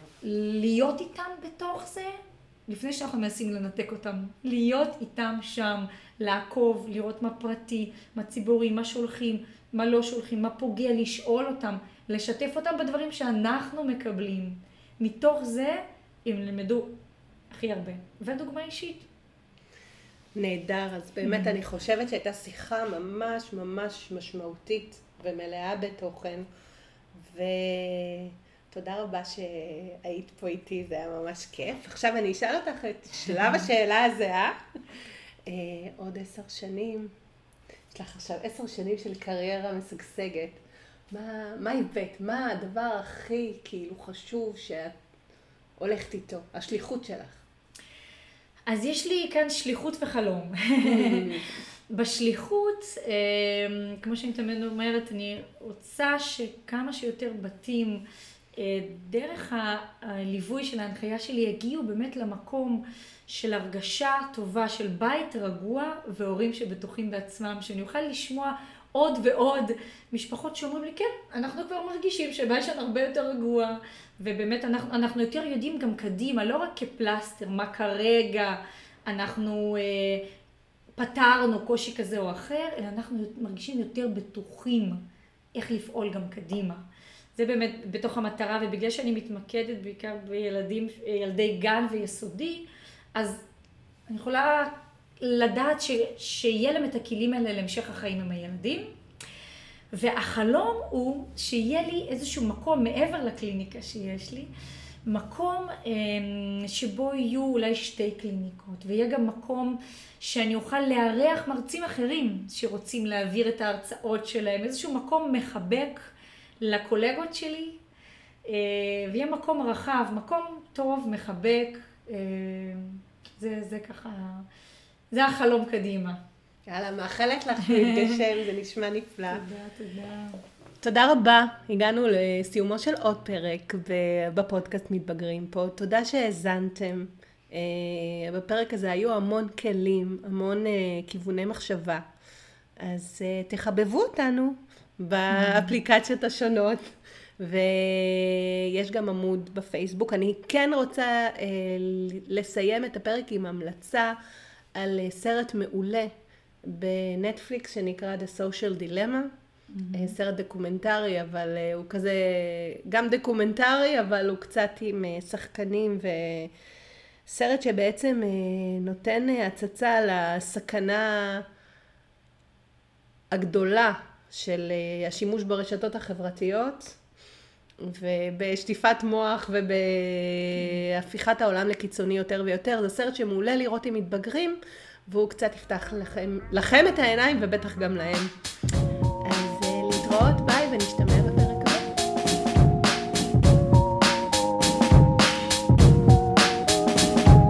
[SPEAKER 1] להיות איתם בתוך זה, לפני שאנחנו מנסים לנתק אותם, להיות איתם שם, לעקוב, לראות מה פרטי, מה ציבורי, מה שולחים, מה לא שולחים, מה פוגע, לשאול אותם, לשתף אותם בדברים שאנחנו מקבלים. מתוך זה הם למדו הכי הרבה. ודוגמה אישית.
[SPEAKER 2] נהדר, אז באמת אני חושבת שהייתה שיחה ממש ממש משמעותית ומלאה בתוכן. ותודה רבה שהיית פה איתי, זה היה ממש כיף. עכשיו אני אשאל אותך את שלב השאלה הזהה. עוד 10 שנים, יש לך עכשיו 10 שנים של קריירה משגשגת. מה הבאת? מה הדבר הכי כאילו חשוב שאת הולכת איתו? השליחות שלך.
[SPEAKER 1] אז יש לי כאן שליחות וחלום. בשליחות, כמו שאני תמיד אומרת, אני רוצה שכמה שיותר בתים דרך הליווי של ההנחיה שלי יגיעו באמת למקום של הרגשה טובה, של בית רגוע והורים שבטוחים בעצמם, שאני אוכל לשמוע עוד ועוד משפחות שאומרים לי, כן, אנחנו כבר מרגישים שבית שלנו הרבה יותר רגוע, ובאמת אנחנו יותר יודעים גם קדימה, לא רק כפלסטר, מה כרגע אנחנו פתרנו קושי כזה או אחר, אלא אנחנו מרגישים יותר בטוחים איך לפעול גם קדימה. זה באמת בתוך המטרה, ובגלל שאני מתמקדת בעיקר ילדי גן ויסודי, אז אני יכולה לדעת שיהיה להם את הכלים האלה להמשך החיים עם הילדים. והחלום הוא שיהיה לי איזשהו מקום מעבר לקליניקה שיש לי, מקום שבו יהיו אולי 2 קליניקות, ויהיה גם מקום שאני אוכל לארח מרצים אחרים שרוצים להעביר את ההרצאות שלהם, איזשהו מקום מחבק לקולגות שלי, ויהיה מקום רחב, מקום טוב, מחבק, זה ככה, זה החלום קדימה.
[SPEAKER 2] יאללה, מאחלת לך להתגשם, זה נשמע נפלא.
[SPEAKER 1] תודה.
[SPEAKER 2] תודה רבה, הגענו לסיומו של עוד פרק בפודקאסט מתבגרים פה. תודה שהאזנתם. בפרק הזה היו המון כלים, המון כיווני מחשבה. אז תחבבו אותנו באפליקציות השונות, ויש גם עמוד בפייסבוק. אני כן רוצה לסיים את הפרק עם המלצה על סרט מעולה בנטפליקס שנקרא The Social Dilemma, סרט דוקומנטרי, אבל הוא כזה גם דוקומנטרי, אבל הוא קצת עם שחקנים, וסרט שבעצם נותן הצצה על הסכנה הגדולה של השימוש ברשתות החברתיות, ובשטיפת מוח ובהפיכת העולם לקיצוני יותר ויותר. זה סרט שמעולה לראות עם מתבגרים, והוא קצת יפתח לכם את העיניים ובטח גם להם. אז להתראות, ביי.